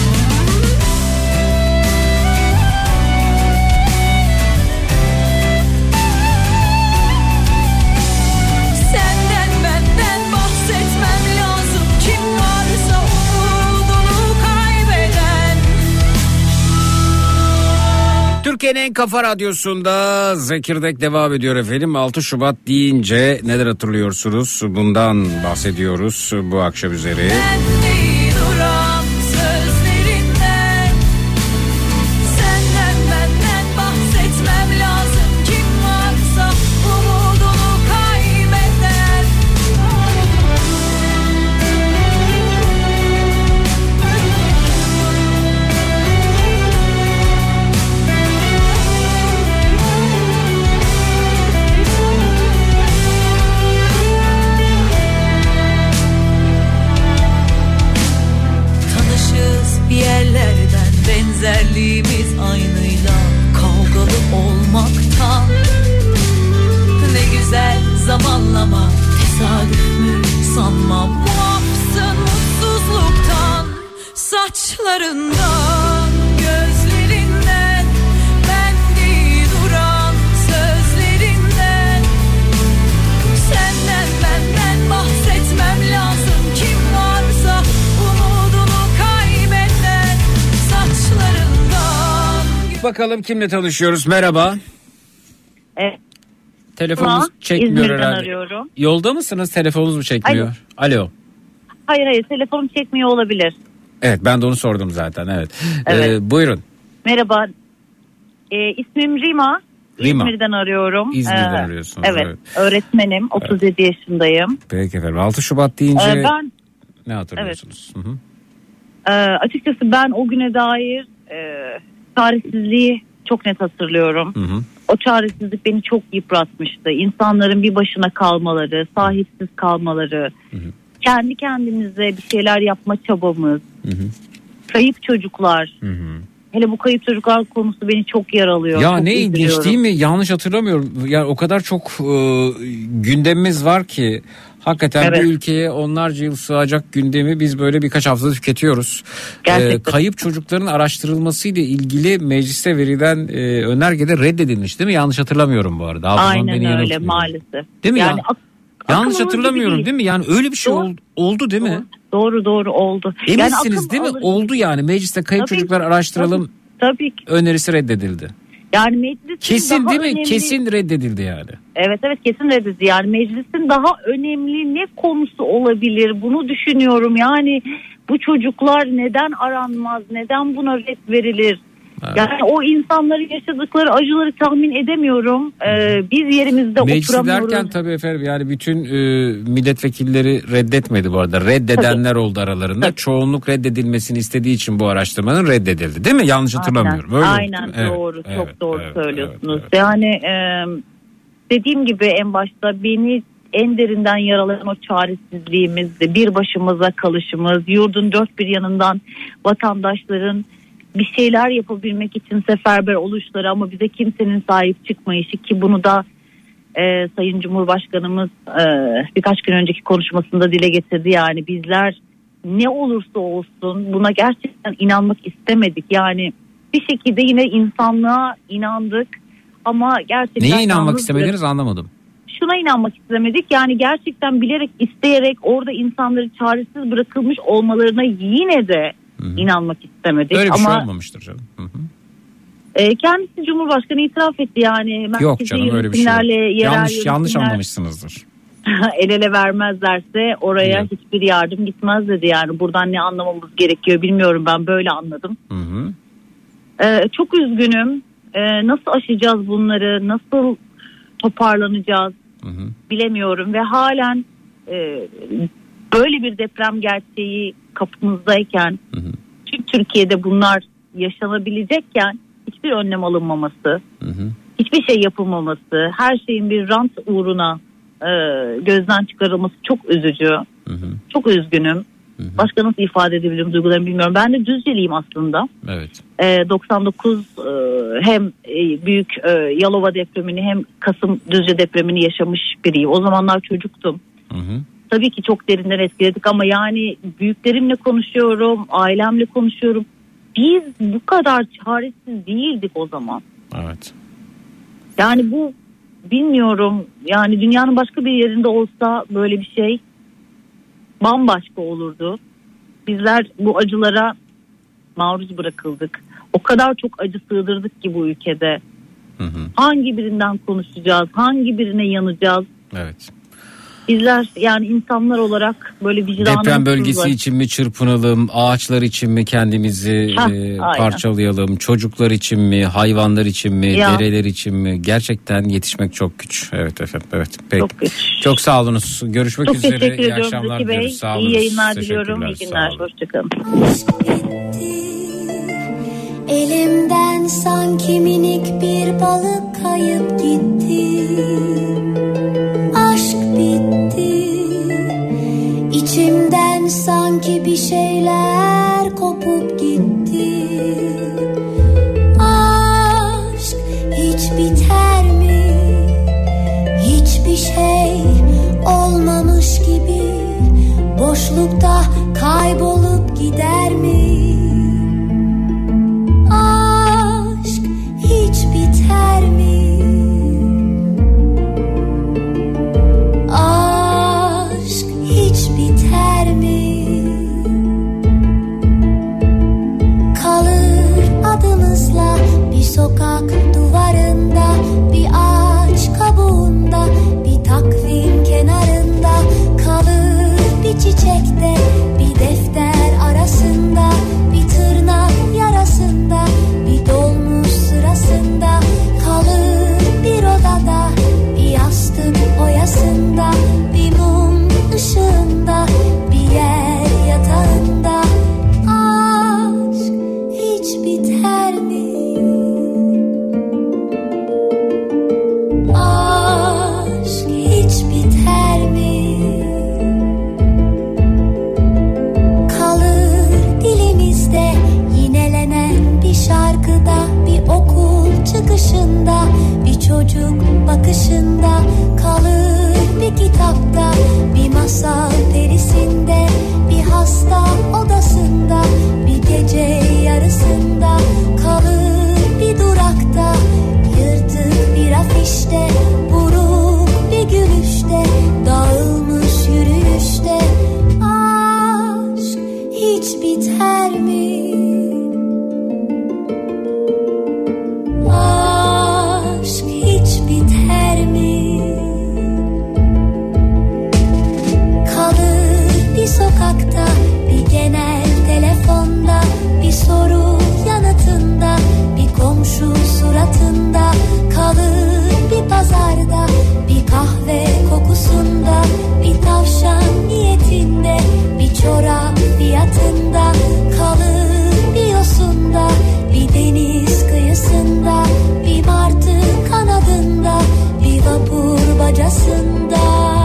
Senden benden bahsetmem lazım, kim varsa umudunu kaybeden. Türkiye'nin en kafa radyosunda Zekirdek devam ediyor efendim. altı Şubat deyince neler hatırlıyorsunuz? Bundan bahsediyoruz bu akşam üzeri. Bende iyi duran sözlerinden, senden benden bahsetmem lazım, kim varsa umudunu kaybeden. saçlarından, gözlerinden, bendi duran sözlerinden. Senden benden bahsetmem lazım, kim varsa umudunu kaybeden saçlarından. Bakalım kimle tanışıyoruz? Merhaba. Evet. Telefonunuz Ama çekmiyor İzmir'den herhalde. arıyorum. Yolda mısınız? Telefonunuz mu çekmiyor? Alo. Hayır hayır, telefonum çekmiyor olabilir. Evet, ben de onu sordum zaten. Evet. Evet. Ee, buyurun. Merhaba. Ee, ismim Rima. Rima. İzmir'den arıyorum. İzmir'den Ee, arıyorsunuz. Evet, Evet. öğretmenim. otuz yedi yaşındayım. Peki efendim. altı Şubat deyince Ee, ben ne hatırlıyorsunuz? Hı hı. e, açıkçası ben o güne dair e, çaresizliği çok net hatırlıyorum. Hı hı. O çaresizlik beni çok yıpratmıştı. İnsanların bir başına kalmaları, sahipsiz kalmaları, Hı hı. kendi kendimize bir şeyler yapma çabamız, Hı hı. kayıp çocuklar. Hı hı. Hele bu kayıp çocuklar konusu beni çok yaralıyor. Ya çok ne ilginç üzülüyorum. değil mi? Yanlış hatırlamıyorum. Yani o kadar çok e, gündemimiz var ki hakikaten Evet. bir ülkeye onlarca yıl sığacak gündemi biz böyle birkaç haftada tüketiyoruz. Gerçekten. E, kayıp çocukların araştırılmasıyla ilgili mecliste verilen e, önergede reddedilmiş değil mi? Yanlış hatırlamıyorum bu arada. Hafızam beni Aynen öyle yanıltmıyor. maalesef. Değil mi yani ya? ak- Yanlış akıl alır hatırlamıyorum gibi değil mi? Yani öyle bir şey Doğru. ol- oldu değil mi? Doğru doğru oldu. Eminsiniz akıl değil mi? alır- Oldu yani. Mecliste kayıp Tabii, çocuklar araştıralım Tabii ki. önerisi reddedildi. Yani meclisin Kesin daha değil mi? önemli... Kesin reddedildi yani. Evet evet, kesin reddedildi. Yani meclisin daha önemli ne konusu olabilir? Bunu düşünüyorum. Yani bu çocuklar neden aranmaz? Neden buna red verilir? Evet. Yani o insanların yaşadıkları acıları tahmin edemiyorum. Ee, biz yerimizde Meclis oturamıyoruz. derken tabii efendim yani bütün e, milletvekilleri reddetmedi bu arada. Reddedenler oldu aralarında. Tabii. Çoğunluk reddedilmesini istediği için bu araştırmanın reddedildi. Değil mi? Yanlış hatırlamıyorum. Öyle Aynen, oldu, değil mi? doğru. Evet, Çok evet, doğru evet, söylüyorsunuz. evet, evet. Yani e, dediğim gibi en başta beni en derinden yaralayan o çaresizliğimizdi. Bir başımıza kalışımız, yurdun dört bir yanından vatandaşların bir şeyler yapabilmek için seferber oluşları ama bize kimsenin sahip çıkmayışı, ki bunu da e, Sayın Cumhurbaşkanımız e, birkaç gün önceki konuşmasında dile getirdi. Yani bizler ne olursa olsun buna gerçekten inanmak istemedik. Yani bir şekilde yine insanlığa inandık ama gerçekten... Neye inanmak yalnız istemediniz anlamadım. Şuna inanmak istemedik. Yani gerçekten bilerek, isteyerek orada insanları çaresiz bırakılmış olmalarına yine de Hı-hı. inanmak istemedik. Öyle bir ama şey olmamıştır canım. Hı-hı. e, kendisi Cumhurbaşkanı itiraf etti yani. Yok merkezi canım öyle bir şey yok. yönetimlerle, yerel Yanlış, yanlış yönetimler anlamışsınızdır. el ele vermezlerse oraya Evet. hiçbir yardım gitmez dedi. Yani buradan ne anlamamız gerekiyor bilmiyorum, ben böyle anladım. Hı-hı. E, çok üzgünüm. E, nasıl aşacağız bunları? Nasıl toparlanacağız? Hı-hı. Bilemiyorum ve halen e, böyle bir deprem gerçeği kapımızdayken, Hı hı. tüm Türkiye'de bunlar yaşanabilecekken hiçbir önlem alınmaması, Hı hı. hiçbir şey yapılmaması, her şeyin bir rant uğruna e, gözden çıkarılması çok üzücü. Hı hı. Çok üzgünüm. Hı hı. Başka nasıl ifade edebilirim duygularımı bilmiyorum. Ben de Düzceliyim aslında. Evet. E, doksan dokuz e, hem e, büyük e, Yalova depremini hem Kasım Düzce depremini yaşamış biriyim. O zamanlar çocuktum. Hı hı. Tabii ki çok derinden etkiledik ama yani büyüklerimle konuşuyorum, ailemle konuşuyorum. Biz bu kadar çaresiz değildik o zaman. Evet. Yani bu, bilmiyorum, yani dünyanın başka bir yerinde olsa böyle bir şey bambaşka olurdu. Bizler bu acılara maruz bırakıldık. O kadar çok acı sığdırdık ki bu ülkede. Hı hı. Hangi birinden konuşacağız? Hangi birine yanacağız? Evet. Bizler yani insanlar olarak böyle vicdanımız Deprem bölgesi var. için mi çırpınalım, ağaçlar için mi kendimizi Hah, e, aynen. parçalayalım, çocuklar için mi, hayvanlar için mi, Ya. dereler için mi? Gerçekten yetişmek çok güç. Evet efendim, evet. Peki. Çok güç. Çok sağ olunuz. Görüşmek Çok üzere. teşekkür İyi ediyorum akşamlar Zeki Bey. diliyoruz. Sağ İyi olunuz. yayınlar diliyorum. İyi Teşekkürler, günler. sağ olun. Hoşçakalın. Elimden sanki minik bir balık kayıp gitti. Aşk bitti. İçimden sanki bir şeyler kopup gitti. Aşk hiç biter mi? Hiçbir şey olmamış gibi boşlukta kaybolup gider mi? boncuk bakışında, kalır bir kitapta, bir masal perisinde, bir hasta odasında, bir gece yarısında, kalır bir durakta, yırtık bir afişte, buruk bir gülüşte, dağılmış yürüyüşte. Aşk hiç biter mi? Aşk hiç biter mi? Kalır bir sokakta, bir genel telefonda, bir soru yanıtında, bir komşu suratında, kalır bir pazarda, bir kahve kokusunda, bir tavşan niyetinde, bir çorap fiyatında, kalır bir yosunda, bir deniz kıyısında, bir martı kanadında, bir vapur bacasında.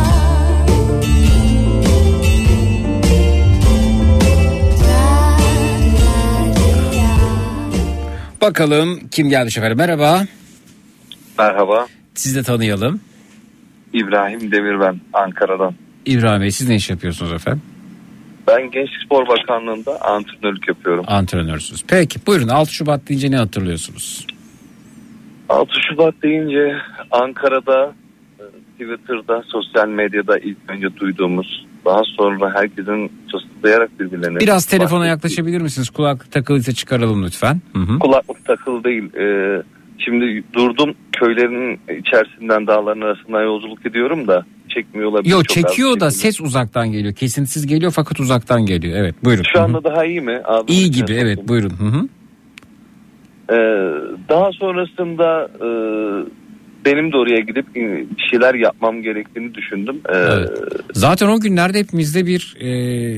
Bakalım kim geldi şoförü? Merhaba. Merhaba. Siz de tanıyalım. İbrahim Demir ben, Ankara'dan. İbrahim Bey, siz ne iş yapıyorsunuz efendim? Ben Gençlik Spor Bakanlığı'nda antrenörlük yapıyorum. Antrenörsünüz. Peki buyurun, altı Şubat deyince ne hatırlıyorsunuz? altı Şubat deyince Ankara'da, Twitter'da, sosyal medyada ilk önce duyduğumuz, daha sonra herkesin sızlayarak birbirlerine... Biraz telefona yaklaşabilir misiniz? Kulaklık takılıysa çıkaralım lütfen. Hı hı. Kulaklık takılı değil. Ee, şimdi durdum, köylerin içerisinden, dağların arasından yolculuk ediyorum da çekmiyor olabilir. Yok, çekiyor da ses uzaktan geliyor. Kesintisiz geliyor fakat uzaktan geliyor. Evet, buyurun. Şu hı hı. anda daha iyi mi? Abi, iyi gibi, evet, buyurun. Hı hı. Ee, daha sonrasında e, benim de oraya gidip bir şeyler yapmam gerektiğini düşündüm. Ee, evet. Zaten o günlerde hepimizde bir e,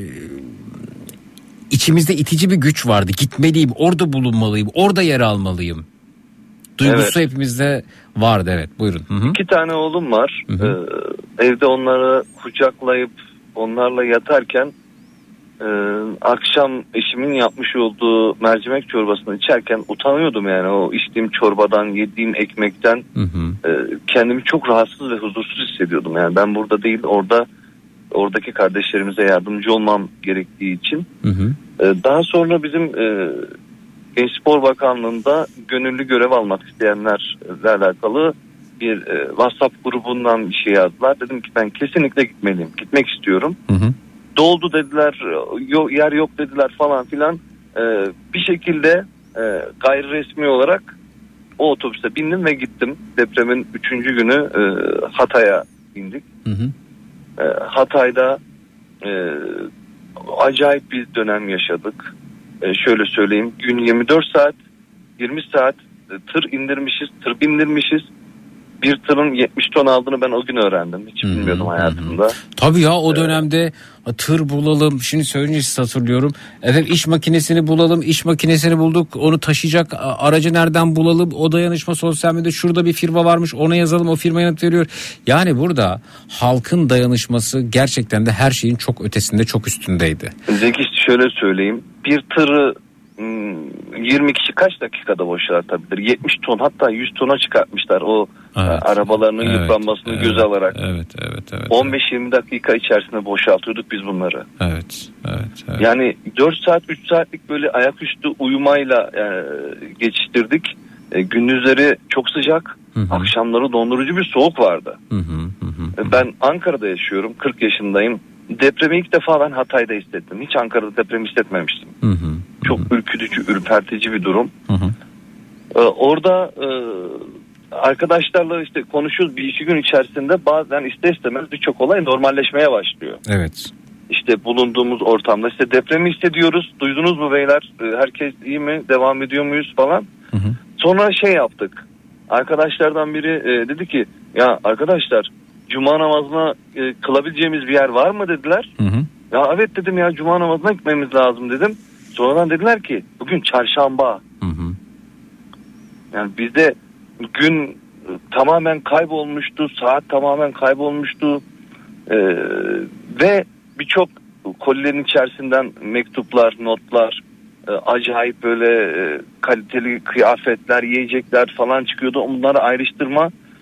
içimizde itici bir güç vardı. Gitmeliyim, orada bulunmalıyım, orada yer almalıyım duygusu evet. Hepimizde vardı. Evet, buyurun. Hı hı. İki tane oğlum var. Hı hı. Ee, evde onları kucaklayıp onlarla yatarken e, akşam eşimin yapmış olduğu mercimek çorbasını içerken utanıyordum yani. O içtiğim çorbadan, yediğim ekmekten hı hı. E, kendimi çok rahatsız ve huzursuz hissediyordum. Yani ben burada değil, orada oradaki kardeşlerimize yardımcı olmam gerektiği için. Hı hı. E, daha sonra bizim e, Gençlik Spor Bakanlığı'nda gönüllü görev almak isteyenlerle alakalı bir e, WhatsApp grubundan bir şey yazdılar. Dedim ki ben kesinlikle gitmeliyim. Gitmek istiyorum. Hı hı. Doldu dediler, yok, yer yok dediler falan filan. E, bir şekilde e, gayri resmi olarak o otobüse bindim ve gittim. Depremin üçüncü günü e, Hatay'a indik. Hı hı. E, Hatay'da e, acayip bir dönem yaşadık. E, şöyle söyleyeyim, gün yirmi dört saat, yirmi saat e, tır indirmişiz, tır bindirmişiz. Bir tırın yetmiş ton aldığını ben o gün öğrendim. Hiç hmm, bilmiyordum hayatımda. Hmm. Tabii ya, o dönemde tır bulalım. Şimdi söyleyince siz hatırlıyorum. Evet, iş makinesini bulalım. İş makinesini bulduk. Onu taşıyacak aracı nereden bulalım? O dayanışma sosyal medyada, şurada bir firma varmış, ona yazalım, o firma yanıt veriyor. Yani burada halkın dayanışması gerçekten de her şeyin çok ötesinde, çok üstündeydi. Zeki, şöyle söyleyeyim. Bir tırı yirmi kişi kaç dakikada boşaltabilir? yetmiş ton, hatta yüz tona çıkartmışlar o evet. arabalarının evet. yıpranmasını evet. göze alarak. Evet, evet, evet. on beş yirmi dakika içerisinde boşaltıyorduk biz bunları. Evet, evet, evet. Yani dört saat üç saatlik böyle ayaküstü uyumayla e, geçiştirdik. E, gündüzleri çok sıcak, hı hı. akşamları dondurucu bir soğuk vardı. Hı hı, hı, hı. Ben Ankara'da yaşıyorum, kırk yaşındayım. Depremi ilk defa ben Hatay'da hissettim. Hiç Ankara'da depremi hissetmemiştim. Hı hı, hı. Çok ürkütücü, ürpertici bir durum. Hı hı. Ee, orada e, arkadaşlarla işte konuşuyoruz. Bir iki gün içerisinde bazen ister istemez birçok olay normalleşmeye başlıyor. Evet. İşte bulunduğumuz ortamda işte depremi hissediyoruz. Duydunuz mu beyler? Ee, herkes iyi mi? Devam ediyor muyuz falan. Hı hı. Sonra şey yaptık. Arkadaşlardan biri e, dedi ki ya arkadaşlar, Cuma namazına e, kılabileceğimiz bir yer var mı dediler. Hı hı. Ya evet dedim, ya Cuma namazına gitmemiz lazım dedim. Sonradan dediler ki bugün çarşamba. Hı hı. Yani bizde gün e, tamamen kaybolmuştu, saat tamamen kaybolmuştu e, ve birçok kolilerin içerisinden mektuplar, notlar, e, acayip böyle e, kaliteli kıyafetler, yiyecekler falan çıkıyordu. Onları ayrıştırma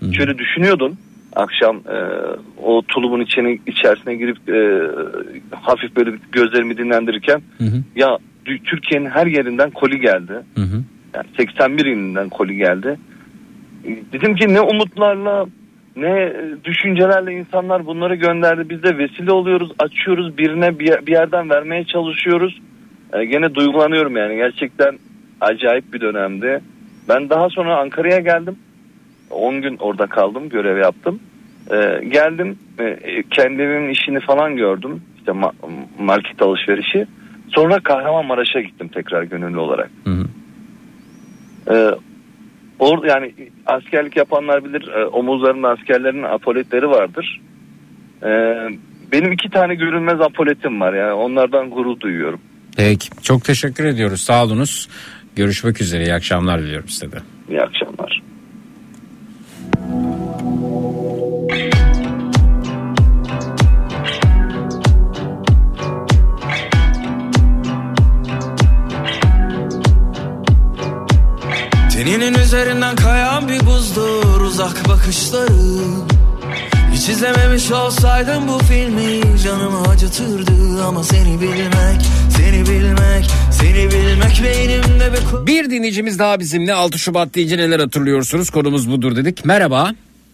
Hı-hı. Şöyle düşünüyordun. Akşam e, o tulumun içine, içerisine girip e, hafif böyle gözlerimi dinlendirirken hı hı. ya Türkiye'nin her yerinden koli geldi. Hı hı. Yani seksen bir ilinden koli geldi. Dedim ki ne umutlarla ne düşüncelerle insanlar bunları gönderdi. Biz de vesile oluyoruz, açıyoruz, birine bir yerden vermeye çalışıyoruz. E, gene duygulanıyorum yani, gerçekten acayip bir dönemdi. Ben daha sonra Ankara'ya geldim. on gün orada kaldım, görev yaptım. Ee, geldim, e, kendi evimin işini falan gördüm. İşte ma- market alışverişi. Sonra Kahramanmaraş'a gittim tekrar gönüllü olarak. Hı hı. Ee, or yani askerlik yapanlar bilir, e, omuzlarında askerlerin apoletleri vardır. Ee, benim iki tane görünmez apoletim var, yani onlardan gurur duyuyorum. Peki, çok teşekkür ediyoruz, sağ olunuz. Görüşmek üzere, iyi akşamlar diliyorum size de. İyi akşamlar. Teninin üzerinden kayan bir buzdur uzak bakışların. Hiç izlememiş olsaydım bu filmi canımı acıtırdı. Ama seni bilmek, seni bilmek, seni bilmek beynimde bir... Bir dinleyicimiz daha bizimle. altı Şubat deyince neler hatırlıyorsunuz? Konumuz budur dedik. Merhaba.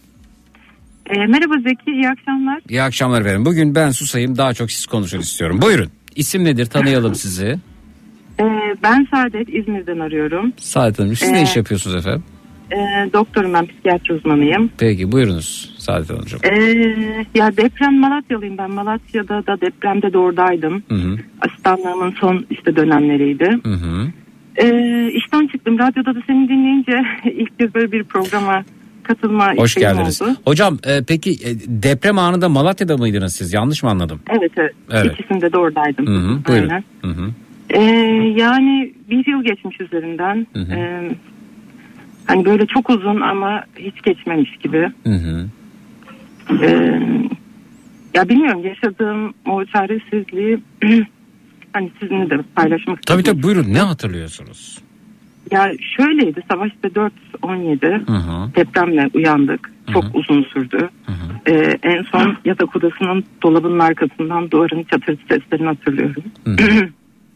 E, merhaba Zeki, iyi akşamlar. İyi akşamlar efendim. Bugün ben susayım, daha çok siz konuşun istiyorum. Buyurun. İsim nedir? Tanıyalım sizi. E, ben Saadet, İzmir'den arıyorum. Saadet Hanım, siz e, ne iş yapıyorsunuz efendim? E, doktorum, ben psikiyatri uzmanıyım. Peki, buyurunuz Saadet Hanımcığım. E, ya deprem Malatyalıyım ben. Malatya'da da depremde de oradaydım. Hı hı. Asistanlığımın son işte dönemleriydi. Hı hı. E, işten çıktım. Radyoda da seni dinleyince ilk kez böyle bir programa katılma Hoş geldiniz. Oldu. Hocam e, peki e, deprem anında Malatya'da mıydınız siz? Yanlış mı anladım? Evet, evet. evet. İkisinde de oradaydım. Hı hı, buyurun. Hı hı. Ee, yani bir yıl geçmiş üzerinden. Hı hı. Ee, hani böyle çok uzun ama hiç geçmemiş gibi. Hı hı. Ee, ya bilmiyorum, yaşadığım o çaresizliği hani sizinle de paylaşmak istedim. Tabii tabii, buyurun, ne hatırlıyorsunuz? Ya şöyleydi, sabah işte dört on yedi depremle uyandık. Çok hı hı. uzun sürdü. Hı hı. Ee, en son yatak odasının dolabının arkasından duvarın çatırtı seslerini hatırlıyorum. Hı hı.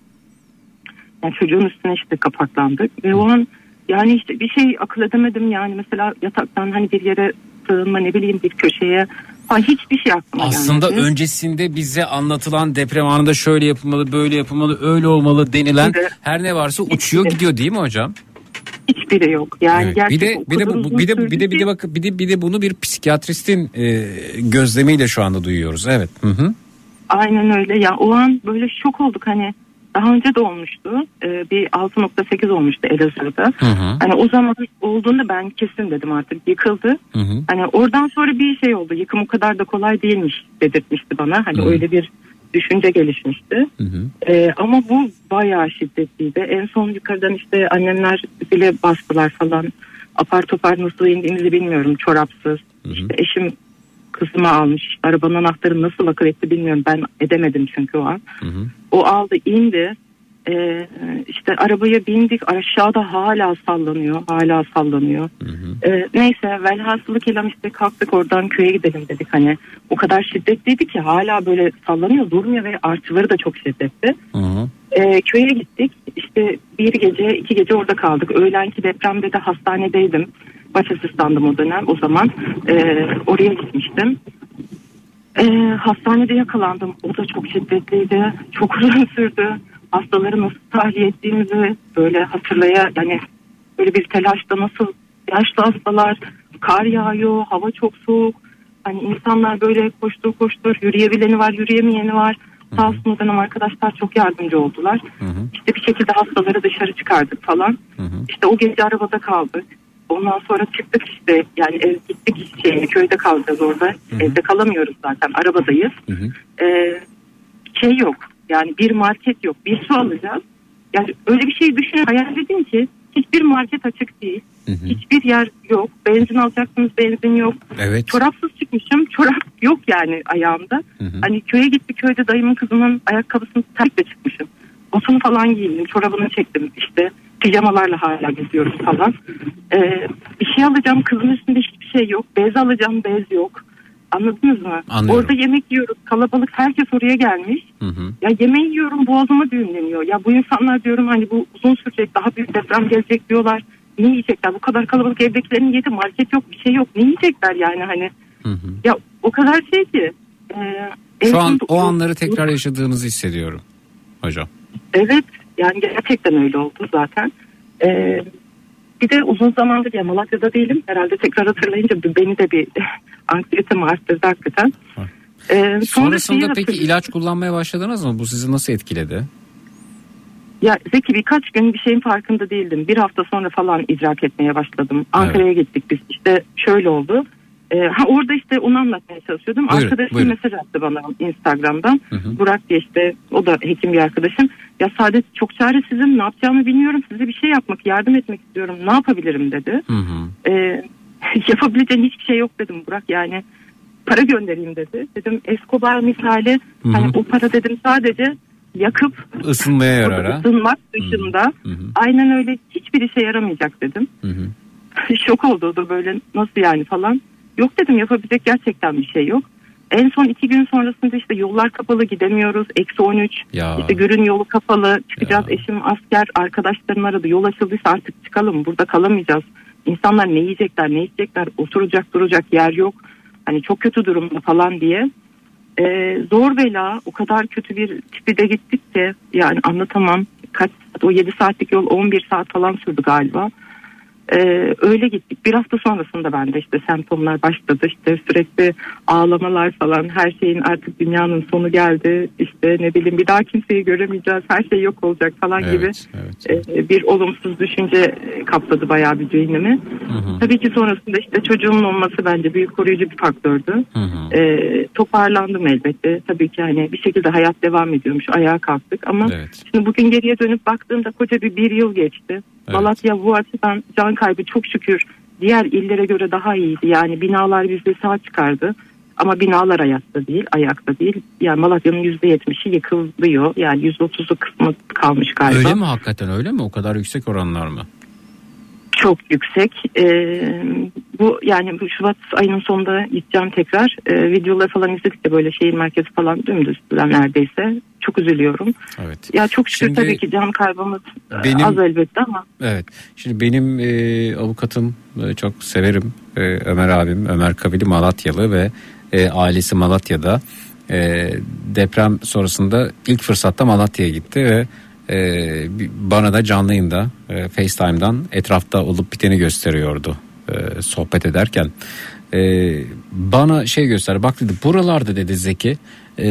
Yani çocuğun üstüne işte kapaklandık ve o an yani işte bir şey akıl edemedim, yani mesela yataktan hani bir yere sığınma, ne bileyim bir köşeye, ha hiçbir şey aklıma gelmedi. Aslında öncesinde bize anlatılan deprem anında şöyle yapılmalı, böyle yapılmalı, öyle olmalı denilen de, her ne varsa uçuyor gidiyor değil mi hocam? Hiçbiri yok. Yani evet. Bir de bir de bu, bir de bir de bir de bak bir de bir de bunu bir psikiyatristin e, gözlemiyle şu anda duyuyoruz. Evet. Hı hı. Aynen öyle. Ya o an böyle şok olduk, hani daha önce de olmuştu. Ee, bir altı nokta sekiz olmuştu Elazığ'da. Hı hı. Hani o zaman olduğunda ben kesin dedim artık yıkıldı. Hı hı. Hani oradan sonra bir şey oldu. Yıkım o kadar da kolay değilmiş dedirtmişti bana. Hani hı. öyle bir düşünce gelişmişti. Hı hı. Ee, ama bu bayağı şiddetliydi. En son yukarıdan işte annemler bile bastılar falan. Apar topar nasıl indiğimizi bilmiyorum. Çorapsız. Hı hı. İşte eşim kızımı almış. Arabanın anahtarını nasıl akıl etti bilmiyorum. Ben edemedim çünkü o an. Hı hı. O aldı, indi. Ee, işte arabaya bindik. Aşağıda hala sallanıyor. Hala sallanıyor. Hı hı. Ee, neyse velhasılı kelam işte kalktık, oradan köye gidelim dedik. Hani o kadar şiddetliydi ki hala böyle sallanıyor, durmuyor ve artıları da çok şiddetli. Hı hı. Ee, köye gittik. İşte bir gece, iki gece orada kaldık. Öğlenki depremde de hastanedeydim. Baş asistandım o dönem, o zaman. Ee, oraya gitmiştim. Ee, hastanede yakalandım. O da çok şiddetliydi. Çok uzun sürdü. Hastaları nasıl tahliye ettiğimizi böyle hatırlaya, yani böyle bir telaşta, nasıl yaşlı hastalar, kar yağıyor, hava çok soğuk. Hani insanlar böyle koştur koştur, yürüyebileni var, yürüyemeyeni var. Sağ olsun o dönem arkadaşlar çok yardımcı oldular. Hı hı. İşte bir şekilde hastaları dışarı çıkardık falan. Hı hı. İşte o gece arabada kaldık. Ondan sonra çıktık işte, yani ev gittik şey, köyde kalacağız orada. Hı hı. Evde kalamıyoruz zaten, arabadayız. Hı hı. Ee, şey yok yani, bir market yok, bir su alacağız. Yani öyle bir şey düşünün, hayal edin ki hiçbir market açık değil. Hı hı. Hiçbir yer yok. Benzin alacaksınız, benzin yok. Evet. Çorapsız çıkmışım, çorap yok yani ayağımda. Hı hı. Hani köye gittik, köyde dayımın kızının ayakkabısını terkle çıkmışım. Botunu falan giydim, çorabını çektim işte. Pijamalarla hala geziyoruz falan. Ee, bir şey alacağım, kızın üstünde hiçbir şey yok. Bez alacağım, bez yok. Anladınız mı? Anlıyorum. Orada yemek yiyoruz. Kalabalık, herkes oraya gelmiş. Hı hı. Ya yemeği yiyorum, boğazıma düğümleniyor. Ya bu insanlar diyorum hani bu uzun sürecek, daha büyük deprem gelecek diyorlar. Ne yiyecekler? Bu kadar kalabalık, evdekilerin yedi, market yok, bir şey yok. Ne yiyecekler yani hani? Hı hı. Ya o kadar şey ki. E, Şu an o anları tekrar yaşadığınızı hissediyorum hocam. Evet, yani gerçekten öyle oldu zaten. Ee, bir de uzun zamandır ya Malatya'da değilim. Herhalde tekrar hatırlayınca beni de bir anksiyetemi arttırdı hakikaten. Ee, Sonrasında peki ilaç kullanmaya başladınız mı? Bu sizi nasıl etkiledi? Ya Zeki, birkaç gün bir şeyin farkında değildim. Bir hafta sonra falan idrak etmeye başladım. Ankara'ya evet. gittik biz. İşte şöyle oldu. Ee, ha orada işte onu anlatmaya çalışıyordum. Buyurun, Arkadaşım buyurun. mesaj attı bana Instagram'dan. Hı hı. Burak diye, işte o da hekim bir arkadaşım. Ya Saadet, çok çaresizim, ne yapacağımı bilmiyorum. Size bir şey yapmak, yardım etmek istiyorum. Ne yapabilirim dedi. Hı hı. Ee, yapabileceğin hiçbir şey yok dedim Burak. Yani para göndereyim dedi. Dedim Escobar misali, hı hı. Hani o para dedim sadece yakıp ısınmaya yarar ha. Isınmak dışında. Hı hı. Aynen öyle, hiçbir işe yaramayacak dedim. Hı hı. Şok oldu o da, böyle nasıl yani falan. Yok dedim, yapabilecek gerçekten bir şey yok. En son iki gün sonrasında işte yollar kapalı, gidemiyoruz. Eksi on üç. Ya. İşte Gürün yolu kapalı. Çıkacağız, ya. Eşim asker, arkadaşlarım aradı. Yol açıldıysa artık çıkalım, burada kalamayacağız. İnsanlar ne yiyecekler, ne içecekler, oturacak duracak yer yok. Hani çok kötü durumda falan diye. Ee, zor bela, o kadar kötü bir tipi de gittik ki yani anlatamam. Kaç saat, o yedi saatlik yol on bir saat falan sürdü galiba. Ee, öyle gittik. Bir hafta sonrasında bende işte semptomlar başladı. İşte sürekli ağlamalar falan. Her şeyin artık, dünyanın sonu geldi. İşte ne bileyim, bir daha kimseyi göremeyeceğiz. Her şey yok olacak falan evet, gibi evet, evet. Ee, bir olumsuz düşünce kapladı bayağı bir zihnimi. Hı hı. Tabii ki sonrasında işte çocuğumun olması bence büyük koruyucu bir faktördü. Hı hı. Ee, toparlandım elbette. Tabii ki hani bir şekilde hayat devam ediyormuş. Ayağa kalktık ama evet. Şimdi bugün geriye dönüp baktığımda koca bir bir yıl geçti. Evet. Malatya bu açıdan can kaybı çok şükür diğer illere göre daha iyiydi. Yani binalar bizi sağ çıkardı. Ama binalar ayakta değil, ayakta değil. Yani Malatya'nın yüzde yetmişi yıkılıyor. Yani yüzde otuzu kısmı kalmış galiba. Öyle mi hakikaten, öyle mi? O kadar yüksek oranlar mı? Çok yüksek. Ee, bu yani bu Şubat ayının sonunda gideceğim tekrar. Ee, videoları falan izledik de böyle şehir merkezi falan dümdüz neredeyse. Çok üzülüyorum. Evet. Ya çok şükür şimdi, tabii ki can kaybımız benim, az elbette ama. Evet. Şimdi benim e, avukatım e, çok severim. E, Ömer abim, Ömer Kavili Malatyalı ve e, ailesi Malatya'da. E, deprem sonrasında ilk fırsatta Malatya'ya gitti ve Ee, bana da canlı yayında e, FaceTime'dan etrafta olup biteni gösteriyordu e, sohbet ederken. E, bana şey göster, bak dedi, buralarda dedi Zeki e,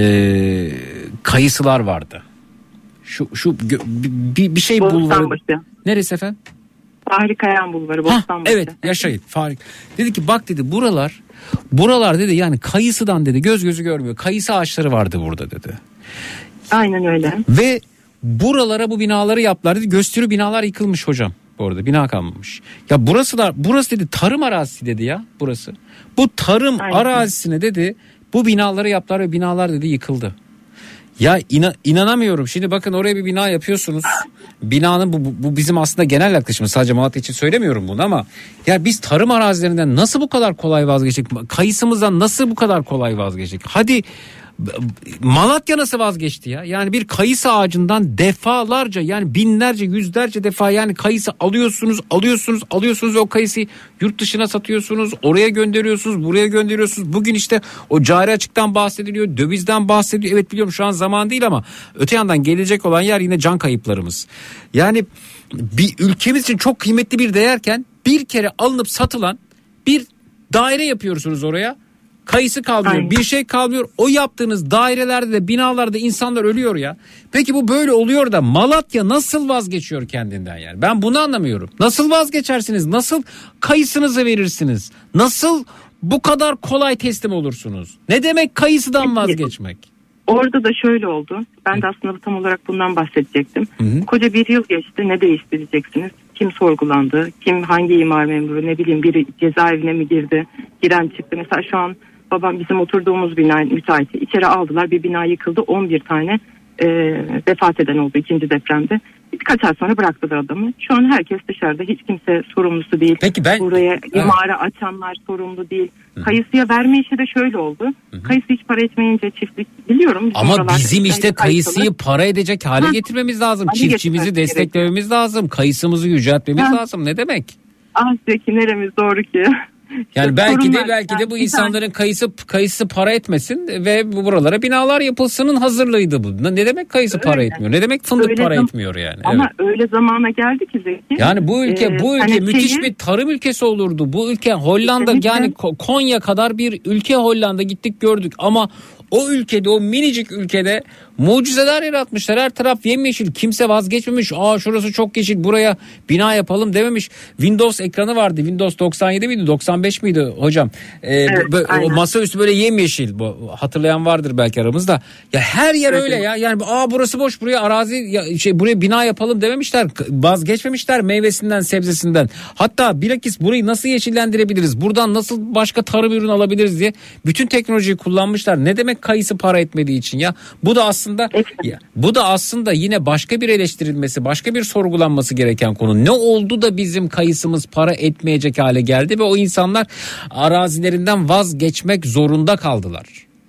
kayısılar vardı. Şu şu bir, bir şey bulvarı. Neresi efendim? Fahri Kayan Bulvarı. Ha, evet yaşayın Fahri. Dedi ki bak dedi, buralar buralar dedi, yani kayısıdan dedi göz gözü görmüyor. Kayısı ağaçları vardı burada dedi. Aynen öyle. Ve buralara bu binaları yaptılar dedi. Gösteri binalar yıkılmış hocam. Bu arada bina kalmamış. Ya burası da, burası dedi tarım arazisi dedi ya burası. Bu tarım Aynen. arazisine dedi bu binaları yaptılar ve binalar dedi yıkıldı. Ya ina, inanamıyorum. Şimdi bakın oraya bir bina yapıyorsunuz. Binanın bu, bu, bu bizim aslında genel yaklaşımı. Sadece Malatya için söylemiyorum bunu ama ya biz tarım arazilerinden nasıl bu kadar kolay vazgeçecek? Kayısımızdan nasıl bu kadar kolay vazgeçecek? Hadi Malatya nasıl vazgeçti ya? Yani bir kayısı ağacından defalarca, yani binlerce, yüzlerce defa yani kayısı alıyorsunuz, alıyorsunuz, alıyorsunuz ve o kayısıyı yurt dışına satıyorsunuz, oraya gönderiyorsunuz, buraya gönderiyorsunuz. Bugün işte o cari açıktan bahsediliyor, dövizden bahsediliyor. Evet biliyorum şu an zaman değil ama öte yandan gelecek olan yer yine can kayıplarımız. Yani bir ülkemiz için çok kıymetli bir değerken bir kere alınıp satılan bir daire yapıyorsunuz oraya. Kayısı kalmıyor, Aynen. bir şey kalmıyor. O yaptığınız dairelerde de, binalarda insanlar ölüyor ya. Peki bu böyle oluyor da Malatya nasıl vazgeçiyor kendinden yani? Ben bunu anlamıyorum. Nasıl vazgeçersiniz? Nasıl kayısınızı verirsiniz? Nasıl bu kadar kolay teslim olursunuz? Ne demek kayısıdan vazgeçmek? Orada da şöyle oldu. Ben de aslında tam olarak bundan bahsedecektim. Hı-hı. Koca bir yıl geçti. Ne değiştireceksiniz? Kim sorgulandı? Kim hangi imar memuru? Ne bileyim, biri cezaevine mi girdi? Giren çıktı. Mesela şu an babam bizim oturduğumuz bina müteahhiti içeri aldılar. Bir bina yıkıldı. on bir tane e, vefat eden oldu ikinci depremde. Birkaç ay sonra bıraktılar adamı. Şu an herkes dışarıda. Hiç kimse sorumlusu değil. Peki ben... Buraya imara açanlar sorumlu değil. Hı. Kayısıya verme işi de şöyle oldu. Hı. Kayısı hiç para etmeyince çiftlik biliyorum. Ama bizim işte kayısıyı kayısılı. para edecek hale ha. getirmemiz lazım. Hadi Çiftçimizi desteklememiz gerekiyor. lazım. Kayısımızı yüceltmemiz ha. lazım. Ne demek? Ah Zeki neremiz doğru ki. Yani işte belki de belki de bu insanların kayısı kayısı para etmesin ve bu buralara binalar yapılsının hazırlığıydı bu. Ne demek kayısı öyle. para etmiyor? Ne demek fındık öyle para zam- etmiyor yani? Ama evet. öyle zamana geldi ki Zeki. Yani bu ülke ee, bu ülke hani müthiş şeyi... bir tarım ülkesi olurdu. Bu ülke Hollanda Kesinlikle. yani Konya kadar bir ülke Hollanda gittik gördük ama o ülkede o minicik ülkede mucizeler yaratmışlar. Her taraf yemyeşil. Kimse vazgeçmemiş. Aa şurası çok yeşil. Buraya bina yapalım dememiş. Windows ekranı vardı. Windows doksan yedi miydi? doksan beş miydi hocam? Ee, evet, b- o masaüstü böyle yemyeşil. Bu, hatırlayan vardır belki aramızda. Ya her yer evet, öyle evet. ya. Yani aa burası boş. Buraya arazi ya, şey buraya bina yapalım dememişler. Vazgeçmemişler meyvesinden, sebzesinden. Hatta bilakis burayı nasıl yeşillendirebiliriz? Buradan nasıl başka tarım ürünü alabiliriz diye bütün teknolojiyi kullanmışlar. Ne demek kayısı para etmediği için ya? Bu da aslında Ya, bu da aslında yine başka bir eleştirilmesi, başka bir sorgulanması gereken konu. Ne oldu da bizim kayısımız para etmeyecek hale geldi ve o insanlar arazilerinden vazgeçmek zorunda kaldılar.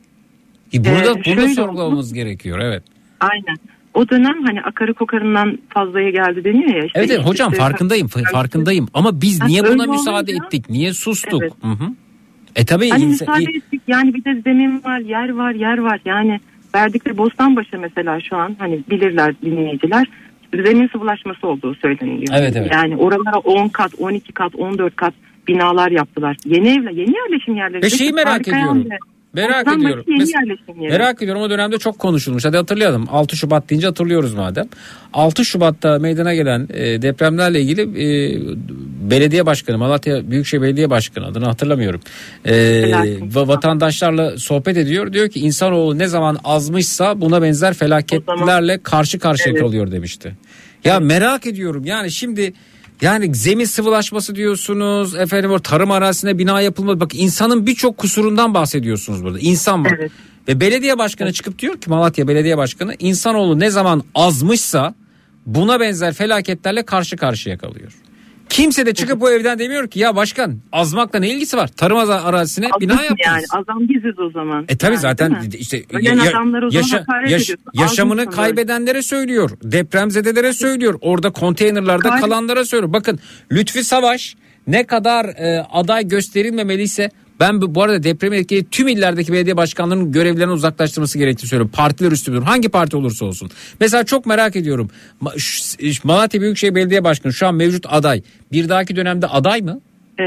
Burada ee, bunu sorgulamamız oldu. gerekiyor. Evet. Aynen. O dönem hani akarı kokarından fazlaya geldi deniyor ya. Işte evet, evet hocam işte, farkındayım, farkındayım. Ama biz ha, niye buna müsaade olunca, ettik? Niye sustuk? Evet. Hı hı. E tabii. Hani insan, müsaade ettik. Yani bir de zemin var, yer var, yer var. Yani verdikleri Bostanbaşı mesela şu an hani bilirler dinleyiciler zemin sıvılaşması olduğu söyleniyor. Evet, evet. Yani oralara on kat, on iki kat, on dört kat binalar yaptılar. Yeni evler, yeni yerleşim yerleri. Ve şeyi merak ediyorum. Yerler. Merak Bostan ediyorum. Mes- merak ediyorum o dönemde çok konuşulmuş. Hadi hatırlayalım. altı Şubat deyince hatırlıyoruz madem. altı Şubat'ta meydana gelen e, depremlerle ilgili e, belediye başkanı, Malatya Büyükşehir Belediye Başkanı adını hatırlamıyorum. E, vatandaşlarla sohbet ediyor. Diyor ki insanoğlu ne zaman azmışsa buna benzer felaketlerle karşı karşıya evet. kalıyor demişti. Ya evet. merak ediyorum. Yani şimdi yani zemin sıvılaşması diyorsunuz, efendim o tarım arazisine bina yapılmadı. Bak insanın birçok kusurundan bahsediyorsunuz burada. İnsan var. Evet. Ve belediye başkanı evet. çıkıp diyor ki Malatya Belediye Başkanı insanoğlu ne zaman azmışsa buna benzer felaketlerle karşı karşıya kalıyor. Kimse de çıkıp bu evden demiyor ki ya başkan azmakla ne ilgisi var? Tarım arazisine Azmış bina yaptınız. Yani azam biziz o zaman. E tabi yani, zaten işte ya, yaşa, yaş, yaşamını kaybedenlere söylüyor. Depremzedelere söylüyor. Orada konteynerlarda Kay- kalanlara söylüyor. Bakın Lütfi Savaş ne kadar e, aday gösterilmemeliyse ben bu arada depremi etkili tüm illerdeki belediye başkanlarının görevlerini uzaklaştırması gerektiğini söylüyorum. Partiler üstü bir hangi parti olursa olsun. Mesela çok merak ediyorum. Malatya Büyükşehir Belediye Başkanı şu an mevcut aday. Bir dahaki dönemde aday mı? Ee,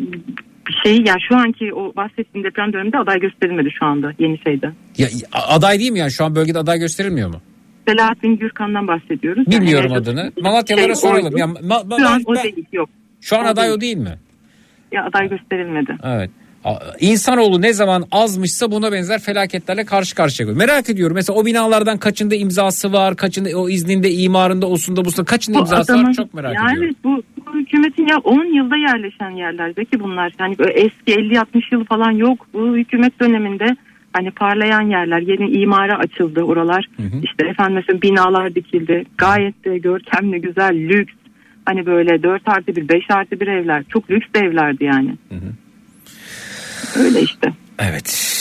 şey ya şu anki o bahsettiğim deprem döneminde aday gösterilmedi şu anda yeni şeyde. Ya, aday değil mi yani şu an bölgede aday gösterilmiyor mu? Selahattin Gürkan'dan bahsediyoruz. Bilmiyorum yani, adını. Malatyalılara şey, soralım. Ya, ma, ma, şu an ben, o değil yok. Şu an o aday değil. o değil mi? Ya aday gösterilmedi. Evet. İnsanoğlu ne zaman azmışsa buna benzer felaketlerle karşı karşıya geliyor. Merak ediyorum mesela o binalardan kaçında imzası var, kaçında o izninde, imarında, osunda, busunda kaçında bu imzası adamın, var çok merak yani ediyorum. Bu, bu hükümetin ya on yılda yerleşen yerlerdeki bunlar. Yani böyle eski elli altmış yıl falan yok. Bu hükümet döneminde hani parlayan yerler, yeni imara açıldı oralar. Hı hı. İşte efendim mesela binalar dikildi. Gayet de görkemli, güzel, lüks. Hani böyle dört artı bir, beş artı bir evler. Çok lüks de evlerdi yani. Hı hı. Öyle işte. Evet.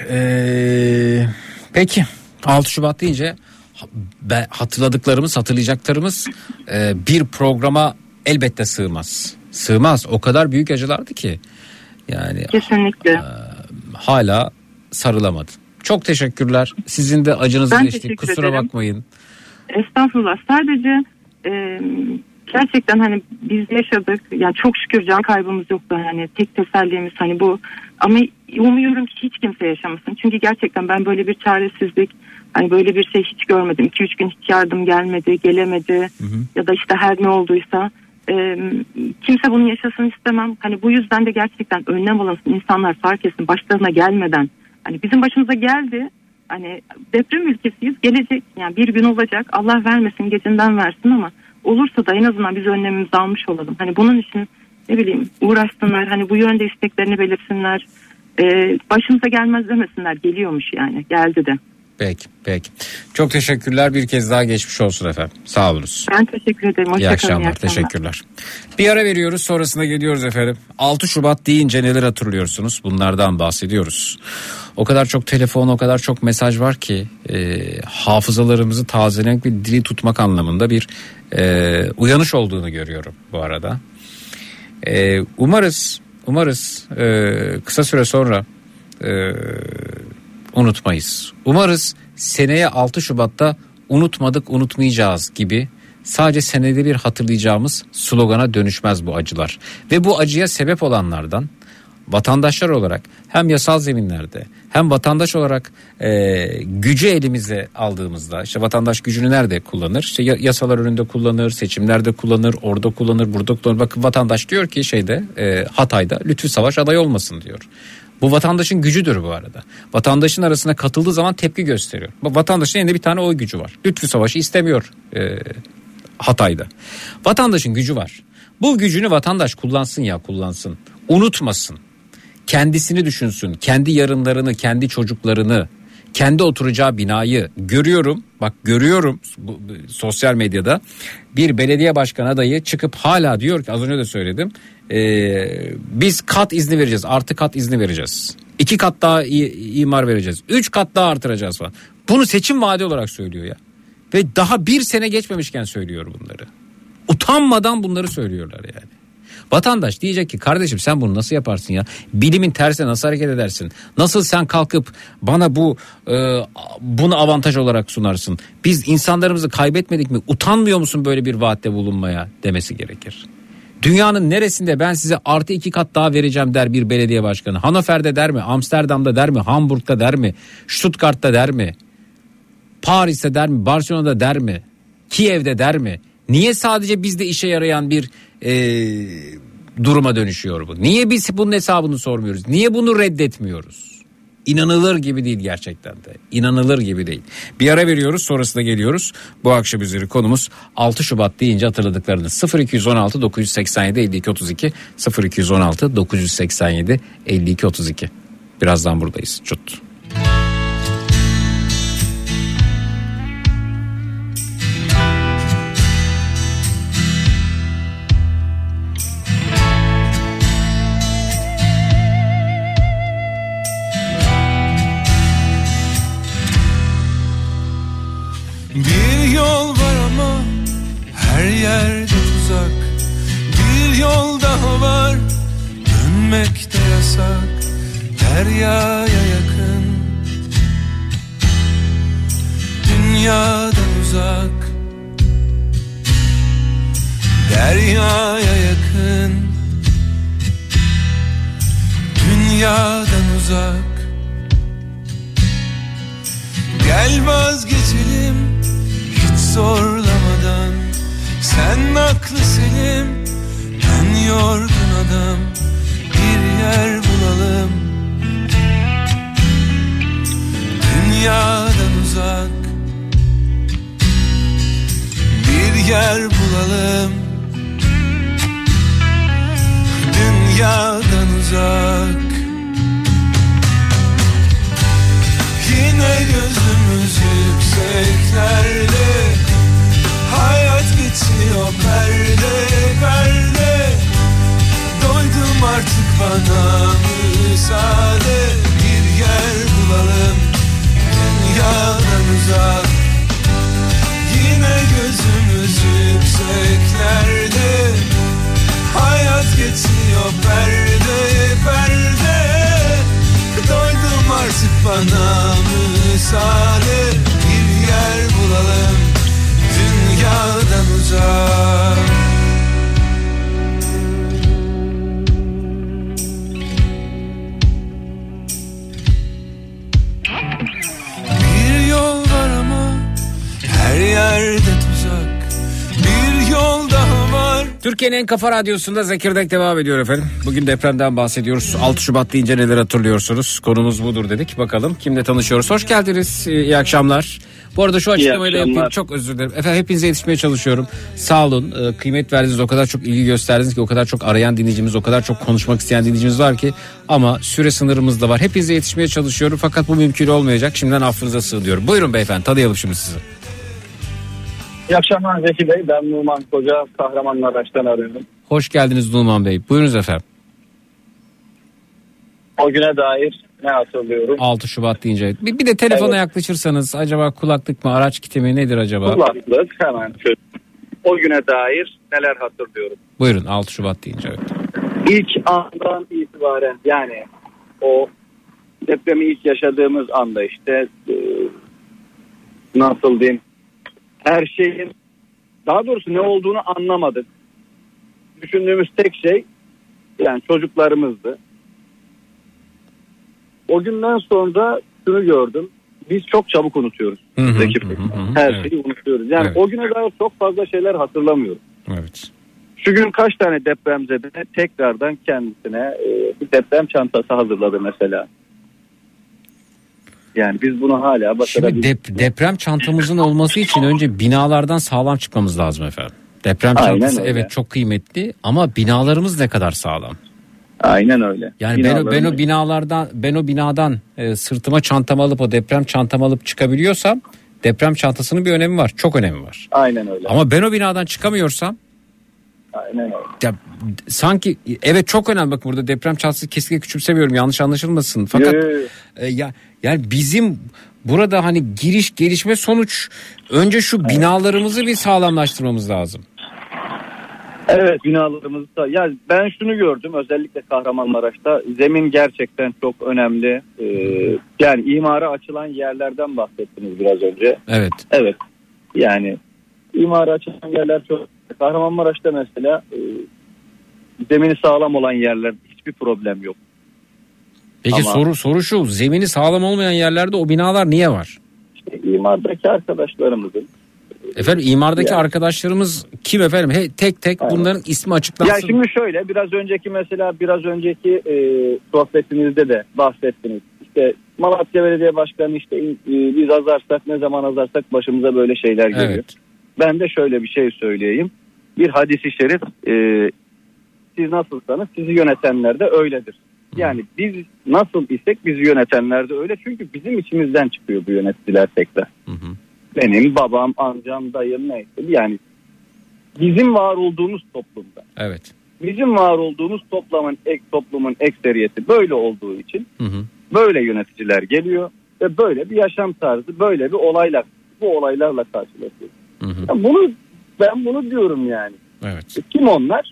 Ee, peki altı Şubat deyince hatırladıklarımız, hatırlayacaklarımız e, bir programa elbette sığmaz. Sığmaz. O kadar büyük acılardı ki. Yani kesinlikle. E, hala sarılamadı. Çok teşekkürler. Sizin de acınızı geçtik. Kusura ederim. bakmayın. Estağfurullah. Sadece e, gerçekten hani biz yaşadık. Yani çok şükür can kaybımız yoktu. Yani tek tesellimiz hani bu. Ama umuyorum ki hiç kimse yaşamasın. Çünkü gerçekten ben böyle bir çaresizlik, hani böyle bir şey hiç görmedim. iki üç gün hiç yardım gelmedi, gelemedi. Hı hı. Ya da işte her ne olduysa e, kimse bunu yaşasın istemem. Hani bu yüzden de gerçekten önlem alınsın. İnsanlar fark etsin başlarına gelmeden. Hani bizim başımıza geldi. Hani deprem ülkesiyiz. Gelecek yani bir gün olacak. Allah vermesin gecinden versin ama olursa da en azından biz önlemimizi almış olalım. Hani bunun için ne bileyim uğraşsınlar. Hani bu yönde isteklerini belirsinler. Ee, başımıza gelmez demesinler. Geliyormuş yani. Geldi de. Peki, peki. Çok teşekkürler. Bir kez daha geçmiş olsun efendim. Sağ olunuz. Ben teşekkür ederim. Hoşça İyi akşamlar. kalın, iyi akşamlar. Teşekkürler. Bir ara veriyoruz. Sonrasında geliyoruz efendim. altı Şubat deyince neler hatırlıyorsunuz? Bunlardan bahsediyoruz. O kadar çok telefon, o kadar çok mesaj var ki e, hafızalarımızı tazelemek ve diri tutmak anlamında bir e, uyanış olduğunu görüyorum bu arada. E, umarız, umarız e, kısa süre sonra e, unutmayız. Umarız seneye altı Şubat'ta unutmadık, unutmayacağız gibi sadece senede bir hatırlayacağımız slogana dönüşmez bu acılar. Ve bu acıya sebep olanlardan vatandaşlar olarak hem yasal zeminlerde hem vatandaş olarak e, gücü elimize aldığımızda, işte vatandaş gücünü nerede kullanır? İşte yasalar önünde kullanır, seçimlerde kullanır, orada kullanır, burada kullanır. Bakın vatandaş diyor ki şeyde e, Hatay'da Lütfü Savaş aday olmasın diyor. Bu vatandaşın gücüdür bu arada. Vatandaşın arasına katıldığı zaman tepki gösteriyor. Vatandaşın elinde bir tane oy gücü var. Lütfü Savaş'ı istemiyor e, Hatay'da. Vatandaşın gücü var. Bu gücünü vatandaş kullansın ya kullansın. Unutmasın. Kendisini düşünsün. Kendi yarınlarını, kendi çocuklarını, kendi oturacağı binayı görüyorum. Bak görüyorum bu, bu, sosyal medyada bir belediye başkan adayı çıkıp hala diyor ki az önce de söyledim. E, biz kat izni vereceğiz. Artı kat izni vereceğiz. İki kat daha imar vereceğiz. Üç kat daha artıracağız falan. Bunu seçim vaadi olarak söylüyor ya. Ve daha bir sene geçmemişken söylüyor bunları. Utanmadan bunları söylüyorlar yani. Vatandaş diyecek ki kardeşim sen bunu nasıl yaparsın ya? Bilimin tersine nasıl hareket edersin? Nasıl sen kalkıp bana bu e, bunu avantaj olarak sunarsın? Biz insanlarımızı kaybetmedik mi? Utanmıyor musun böyle bir vaatte bulunmaya demesi gerekir. Dünyanın neresinde ben size artı iki kat daha vereceğim der bir belediye başkanı? Hannover'de der mi? Amsterdam'da der mi? Hamburg'da der mi? Stuttgart'ta der mi? Paris'te der mi? Barcelona'da der mi? Kiev'de der mi? Niye sadece bizde işe yarayan bir e, duruma dönüşüyor bu? Niye biz bunun hesabını sormuyoruz? Niye bunu reddetmiyoruz? İnanılır gibi değil gerçekten de. İnanılır gibi değil. Bir ara veriyoruz, sonrasında geliyoruz. Bu akşam üzeri konumuz altı Şubat deyince hatırladıklarınız. sıfır iki on altı dokuz seksen yedi elli iki otuz iki sıfır iki on altı dokuz seksen yedi elli iki otuz iki. Birazdan buradayız. Çut. Bir yol var ama her yerde tuzak. Bir yol daha var, dönmek de yasak. Deryaya yakın, dünyadan uzak. Deryaya yakın, dünyadan uzak. Gel vazgeçelim hiç zorlamadan. Sen aklı selim, ben yorgun adam. Bir yer bulalım, dünyadan uzak. Bir yer bulalım, dünyadan uzak. Yine gözümüz yükseklerde, hayat geçiyor perde perde. Doydum artık bana müsaade. Bir yer bulalım, dünyadan uzak. Yine gözümüz yükseklerde, hayat geçiyor perde perde. Doydum artık bana müsaade. Bir yer bulalım, dünyadan uzak. Bir yol var ama her yerde tuzak. Bir yol daha var, Türkiye'nin en kafa radyosunda Zekirdek devam ediyor efendim. Bugün depremden bahsediyoruz. altı Şubat deyince neler hatırlıyorsunuz? Konumuz budur dedik. Bakalım kimle tanışıyoruz. Hoş geldiniz. İyi akşamlar. Bu arada şu açıklamayı da yapayım. Çok özür dilerim. Efendim hepinize yetişmeye çalışıyorum. Sağ olun. Kıymet verdiniz. O kadar çok ilgi gösterdiniz ki, o kadar çok arayan dinleyicimiz, o kadar çok konuşmak isteyen dinleyicimiz var ki. Ama süre sınırımız da var. Hepinize yetişmeye çalışıyorum. Fakat bu mümkün olmayacak. Şimdiden affınıza sığınıyorum. Buyurun beyefendi. Tanıyalım şimdi sizi. İyi akşamlar Zeki Bey. Ben Numan Koca, Kahramanmaraş'tan arıyorum. Hoş geldiniz Numan Bey. Buyurunuz efendim. O güne dair ne hatırlıyorum? altı Şubat deyince. Bir, bir de telefona evet. yaklaşırsanız, acaba kulaklık mı, araç kiti mi, nedir acaba? Kulaklık hemen. O güne dair neler hatırlıyorum? Buyurun, altı Şubat deyince. Evet. İlk andan itibaren, yani o depremi ilk yaşadığımız anda işte e, nasıl diyeyim, her şeyin, daha doğrusu ne olduğunu anlamadık. Düşündüğümüz tek şey yani çocuklarımızdı. O günden sonra şunu gördüm. Biz çok çabuk unutuyoruz. Hı hı, Zeki Bey. Hı hı, her evet. şeyi unutuyoruz. Yani evet. o güne dair çok fazla şeyler hatırlamıyorum. Evet. Şu gün kaç tane depremzede tekrardan kendisine e, bir deprem çantası hazırladı mesela. Yani biz bunu hala başarabiliriz. Şimdi dep- deprem çantamızın olması için önce binalardan sağlam çıkmamız lazım efendim. Deprem Aynen çantası öyle. Evet çok kıymetli ama binalarımız ne kadar sağlam? Aynen öyle. Yani ben o, ben o binalardan ben o binadan e, sırtıma çantamı alıp o deprem çantamı alıp çıkabiliyorsam deprem çantasının bir önemi var. Çok önemi var. Aynen öyle. Ama ben o binadan çıkamıyorsam Aynen öyle. Ya, sanki evet çok önemli. Bak burada deprem çantası kesinlikle küçümsemiyorum. Yanlış anlaşılmasın. Fakat e, ya yani bizim burada hani giriş gelişme sonuç önce şu evet. binalarımızı bir sağlamlaştırmamız lazım. Evet, binalarımızı da. Yani ben şunu gördüm, özellikle Kahramanmaraş'ta zemin gerçekten çok önemli. Ee, yani imara açılan yerlerden bahsettiniz biraz önce. Evet. Evet. Yani imara açılan yerler çok. Kahramanmaraş'ta mesela e, zemini sağlam olan yerlerde hiçbir problem yok. Peki Ama, soru soru şu, zemini sağlam olmayan yerlerde o binalar niye var? İşte imardaki arkadaşlarımızın. Efendim imardaki yani. arkadaşlarımız kim efendim? He, tek tek Aynen. bunların ismi açıklansın. Ya şimdi şöyle, biraz önceki mesela biraz önceki e, sohbetinizde de bahsettiniz. İşte Malatya Belediye Başkanı işte e, biz azarsak, ne zaman azarsak başımıza böyle şeyler geliyor. Evet. Ben de şöyle bir şey söyleyeyim. Bir hadis-i şerif, e, siz nasılsanız sizi yönetenler de öyledir. Yani biz nasıl isek bizi yönetenler de öyle. Çünkü bizim içimizden çıkıyor bu yöneticiler tekrar. Hı hı. Benim babam, amcam, dayım neyse. Yani bizim var olduğumuz toplumda. Evet. Bizim var olduğumuz toplumun, ek, toplumun ekseriyeti böyle olduğu için hı hı. böyle yöneticiler geliyor ve böyle bir yaşam tarzı, böyle bir olaylar, bu olaylarla karşılaşıyoruz. Hı hı. Ya bunu ben bunu diyorum yani. Evet. Kim onlar?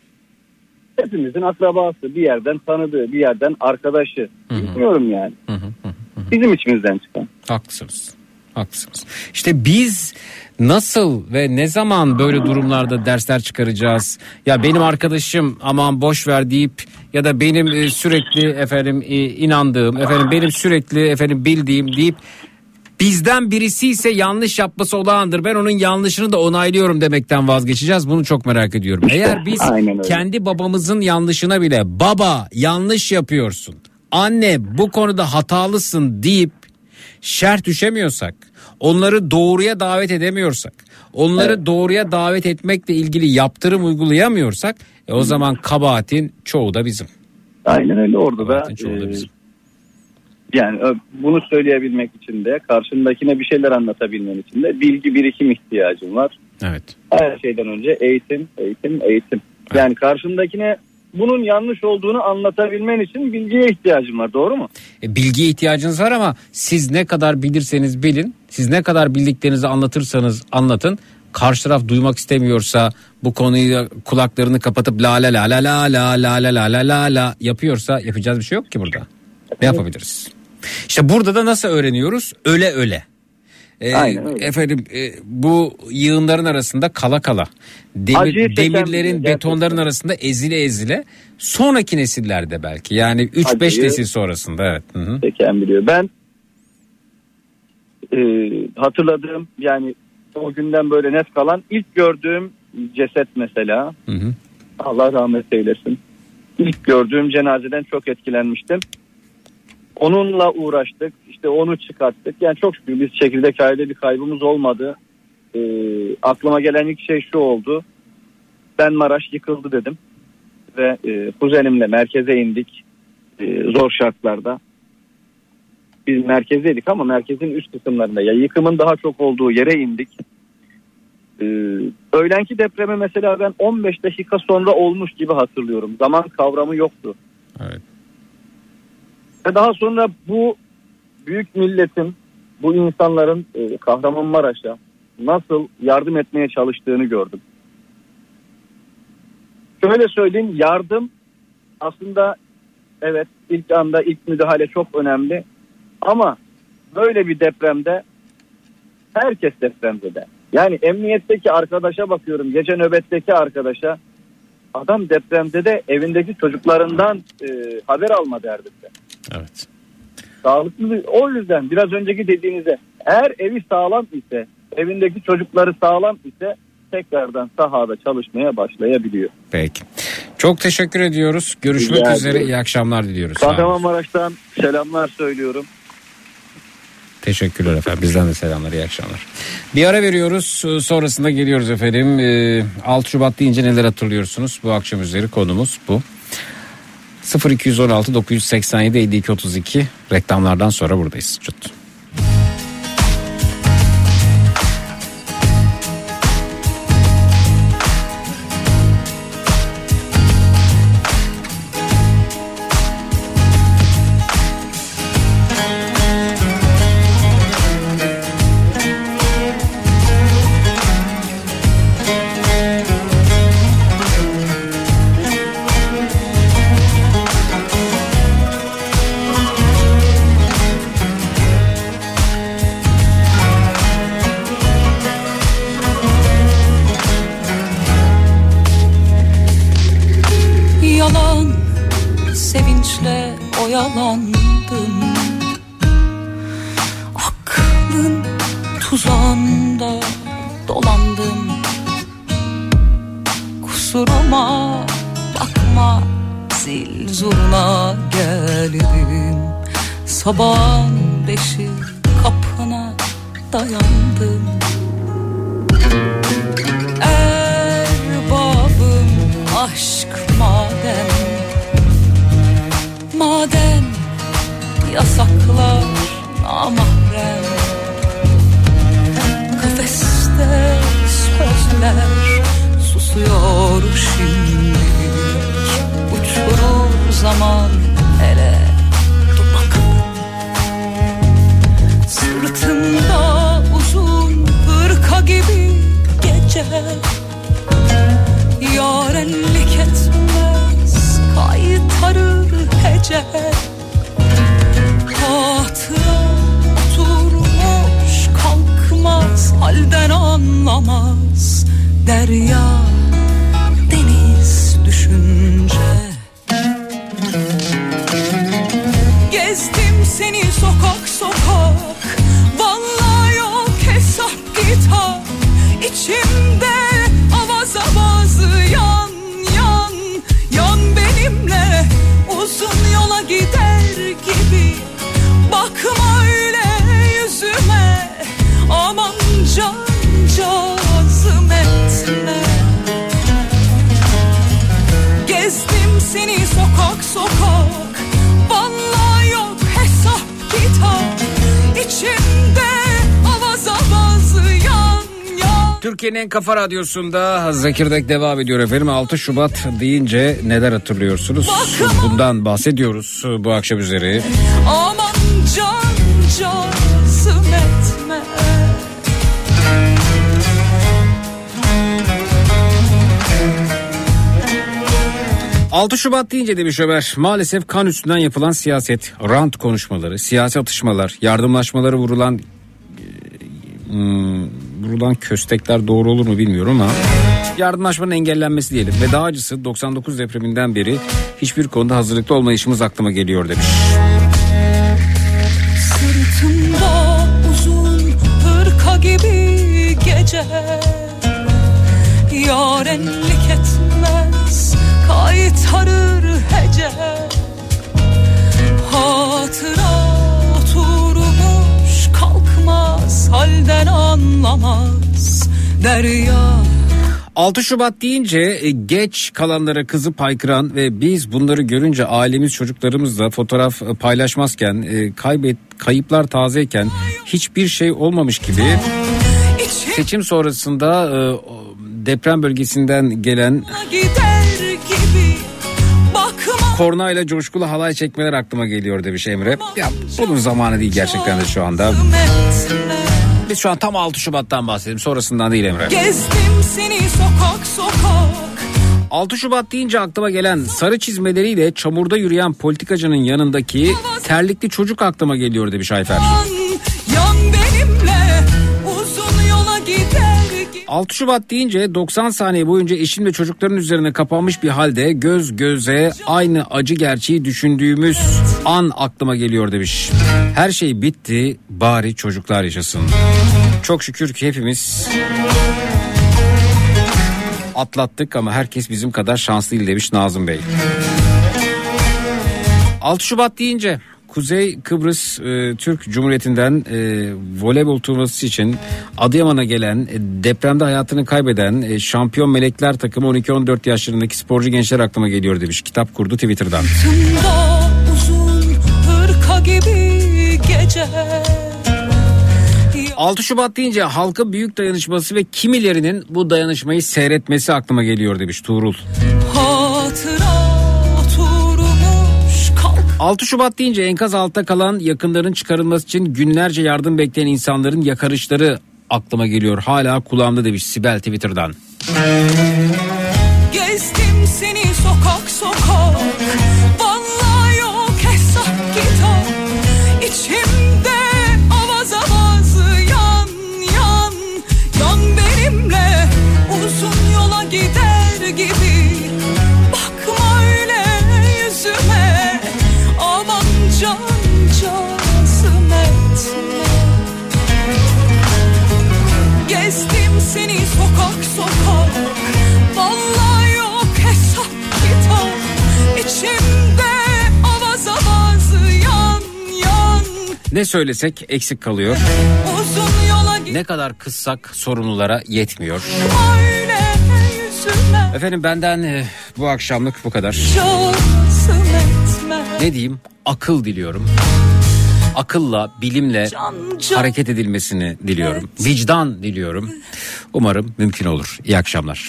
Hepimizin akrabası, bir yerden tanıdığı, bir yerden arkadaşı. Hı hı. Bilmiyorum yani. Hı hı hı hı. Bizim içimizden çıkan. Haklısınız. Haklısınız. İşte biz nasıl ve ne zaman böyle durumlarda dersler çıkaracağız? Ya benim arkadaşım aman boş ver deyip ya da benim sürekli efendim inandığım, efendim benim sürekli efendim bildiğim deyip bizden birisi ise yanlış yapması olağandır, ben onun yanlışını da onaylıyorum demekten vazgeçeceğiz. Bunu çok merak ediyorum. Eğer biz kendi babamızın yanlışına bile baba yanlış yapıyorsun, anne bu konuda hatalısın deyip şerh düşemiyorsak, onları doğruya davet edemiyorsak, onları evet. doğruya davet etmekle ilgili yaptırım uygulayamıyorsak e o zaman kabahatin çoğu da bizim. Aynen öyle, orada da, da bizim. Yani bunu söyleyebilmek için de, karşındakine bir şeyler anlatabilmen için de bilgi birikim ihtiyacın var. Evet. Her şeyden önce eğitim, eğitim, eğitim. Evet. Yani karşındakine bunun yanlış olduğunu anlatabilmen için bilgiye ihtiyacın var, doğru mu? E, bilgiye ihtiyacınız var ama siz ne kadar bilirseniz bilin, siz ne kadar bildiklerinizi anlatırsanız anlatın, karşı taraf duymak istemiyorsa, bu konuyu kulaklarını kapatıp la la la la la la la la la la la la yapıyorsa yapacağız bir şey yok ki burada. Ne yapabiliriz? İşte burada da nasıl öğreniyoruz? Öle öle. Ee, Aynen öyle. Efendim e, bu yığınların arasında kala kala. Demir, demirlerin, betonların arasında ezile ezile. Sonraki nesillerde belki. Yani üç beş nesil sonrasında. Evet. Hı-hı. Çeken biliyor. Ben e, hatırladığım, yani o günden böyle net kalan, ilk gördüğüm ceset mesela. Hı hı. Allah rahmet eylesin. İlk gördüğüm cenazeden çok etkilenmiştim. Onunla uğraştık. İşte onu çıkarttık. Yani çok şükür biz çekirdek aile bir kaybımız olmadı. Ee, aklıma gelen ilk şey şu oldu. Ben Maraş yıkıldı dedim. Ve e, kuzenimle merkeze indik. E, zor şartlarda. Biz merkezdeydik ama merkezin üst kısımlarında. Ya yıkımın daha çok olduğu yere indik. Ee, öğlenki depremi mesela ben on beş dakika sonra olmuş gibi hatırlıyorum. Zaman kavramı yoktu. Evet. Ve daha sonra bu büyük milletin, bu insanların e, Kahramanmaraş'a nasıl yardım etmeye çalıştığını gördüm. Şöyle söyleyeyim, yardım aslında evet ilk anda ilk müdahale çok önemli. Ama böyle bir depremde herkes depremzede. Yani emniyetteki arkadaşa bakıyorum, gece nöbetteki arkadaşa, adam depremde de evindeki çocuklarından e, haber alma derdinde. Evet. Sağlıklı. O yüzden biraz önceki dediğinize, eğer evi sağlam ise, evindeki çocukları sağlam ise tekrardan sahada çalışmaya başlayabiliyor. Peki. Çok teşekkür ediyoruz. Görüşmek Rica üzere. ediyorum. İyi akşamlar diliyoruz. Kahramanmaraş'tan selamlar söylüyorum. Teşekkürler efendim. Bizden de selamlar. İyi akşamlar. Bir ara veriyoruz. Sonrasında geliyoruz efendim. altı Şubat deyince neler hatırlıyorsunuz? Bu akşam üzeri konumuz bu. sıfır iki on altı dokuz seksen yedi elli iki otuz iki reklamlardan sonra buradayız. Çut. Oyalandım, aklın tuzağında dolandım. Kusuruma bakma, zil zurna geldim. Sabahın beşi kapına dayandım. Erbabım aşk madem, maden yasaklar namahrem. Kafeste sözler susuyor şimdilik. Uçurur zaman ele, dur bakalım. Sırtımda uzun hırka gibi gece, yarenlik etmez kaytarır hece. Hatıra oturmuş kalkmaz, halden anlamaz derya deniz düşünce. Gezdim seni sokak sokak, vallahi yok hesap kitap. İçimde avaz avaz yan yan yan benimle uzun yola gider gibi. Bakma öyle yüzüme, aman can cazım etme. Gezdim seni sokak sokak, vallahi yok hesap kitap. İçimde avaz avaz yan yan. Türkiye'nin en kafa radyosunda Zekirdek devam ediyor efendim. altı Şubat deyince neler hatırlıyorsunuz? Bundan bahsediyoruz bu akşam üzeri. Aman can cazım etme. altı Şubat deyince demiş Ömer, maalesef kan üstünden yapılan siyaset, rant konuşmaları, siyasi atışmalar, yardımlaşmaları vurulan hmm, vurulan köstekler doğru olur mu bilmiyorum ama yardımlaşmanın engellenmesi diyelim. Ve daha acısı doksan dokuz depreminden beri hiçbir konuda hazırlıklı olmayışımız aklıma geliyor demiş. Sırtımda uzun hırka gibi gece, ya gece. Hatıra oturmuş kalkmaz, halden anlamaz derya. altı Şubat deyince geç kalanlara kızıp haykıran ve biz bunları görünce ailemiz çocuklarımızla fotoğraf paylaşmazken, kaybet kayıplar tazeyken hiçbir şey olmamış gibi seçim sonrasında deprem bölgesinden gelen kornayla coşkulu halay çekmeler aklıma geliyor demiş Emre. Ya bunun zamanı değil gerçekten de şu anda. Biz şu an tam altı Şubat'tan bahsedelim, sonrasından değil Emre. Gezdim seni sokak sokak. altı Şubat deyince aklıma gelen sarı çizmeleriyle çamurda yürüyen politikacının yanındaki terlikli çocuk aklıma geliyor demiş Ayfer. Yan benimle uzun yola gider. altı Şubat deyince doksan saniye boyunca eşim ve çocukların üzerine kapanmış bir halde göz göze aynı acı gerçeği düşündüğümüz an aklıma geliyor demiş. Her şey bitti, bari çocuklar yaşasın. Çok şükür ki hepimiz atlattık ama herkes bizim kadar şanslı değil demiş Nazım Bey. altı Şubat deyince Kuzey Kıbrıs e, Türk Cumhuriyeti'nden e, voleybol turnuvası için Adıyaman'a gelen, e, depremde hayatını kaybeden e, şampiyon melekler takımı on iki on dört yaşlarındaki sporcu gençler aklıma geliyor demiş. Kitap kurdu Twitter'dan. Uzun hırka gibi gece. altı Şubat deyince halka büyük dayanışması ve kimilerinin bu dayanışmayı seyretmesi aklıma geliyor demiş Tuğrul. Hatıra altı Şubat deyince enkaz altta kalan yakınların çıkarılması için günlerce yardım bekleyen insanların yakarışları aklıma geliyor. Hala kulağımda demiş Sibel Twitter'dan. Gezdim seni sokak sokak. Vallahi yok hesap kitap. İçimde avaz avaz yan yan. Yan benimle uzun yola gider gibi. Bakma öyle yüzüme. Aman can cansım etme. Gezdim seni sokak sokak. Vallahi yok hesap kitap. İçimde avaz avaz yan yan. Ne söylesek eksik kalıyor. Uzun yola ne kadar kızsak sorumlulara yetmiyor. Öyle yüzüme. Efendim benden e, bu akşamlık bu kadar. Cansım etme. Ne diyeyim? Akıl diliyorum. Akılla, bilimle Can, can. hareket edilmesini diliyorum. Vicdan diliyorum. Umarım mümkün olur. İyi akşamlar.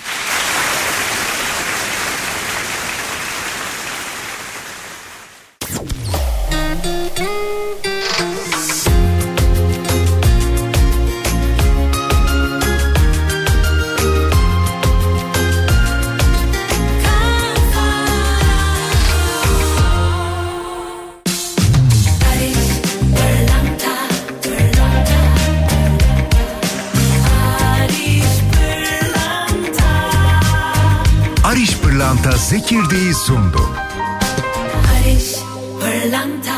Pırlanta Zekirdeği sundu. Barış Pırlanta.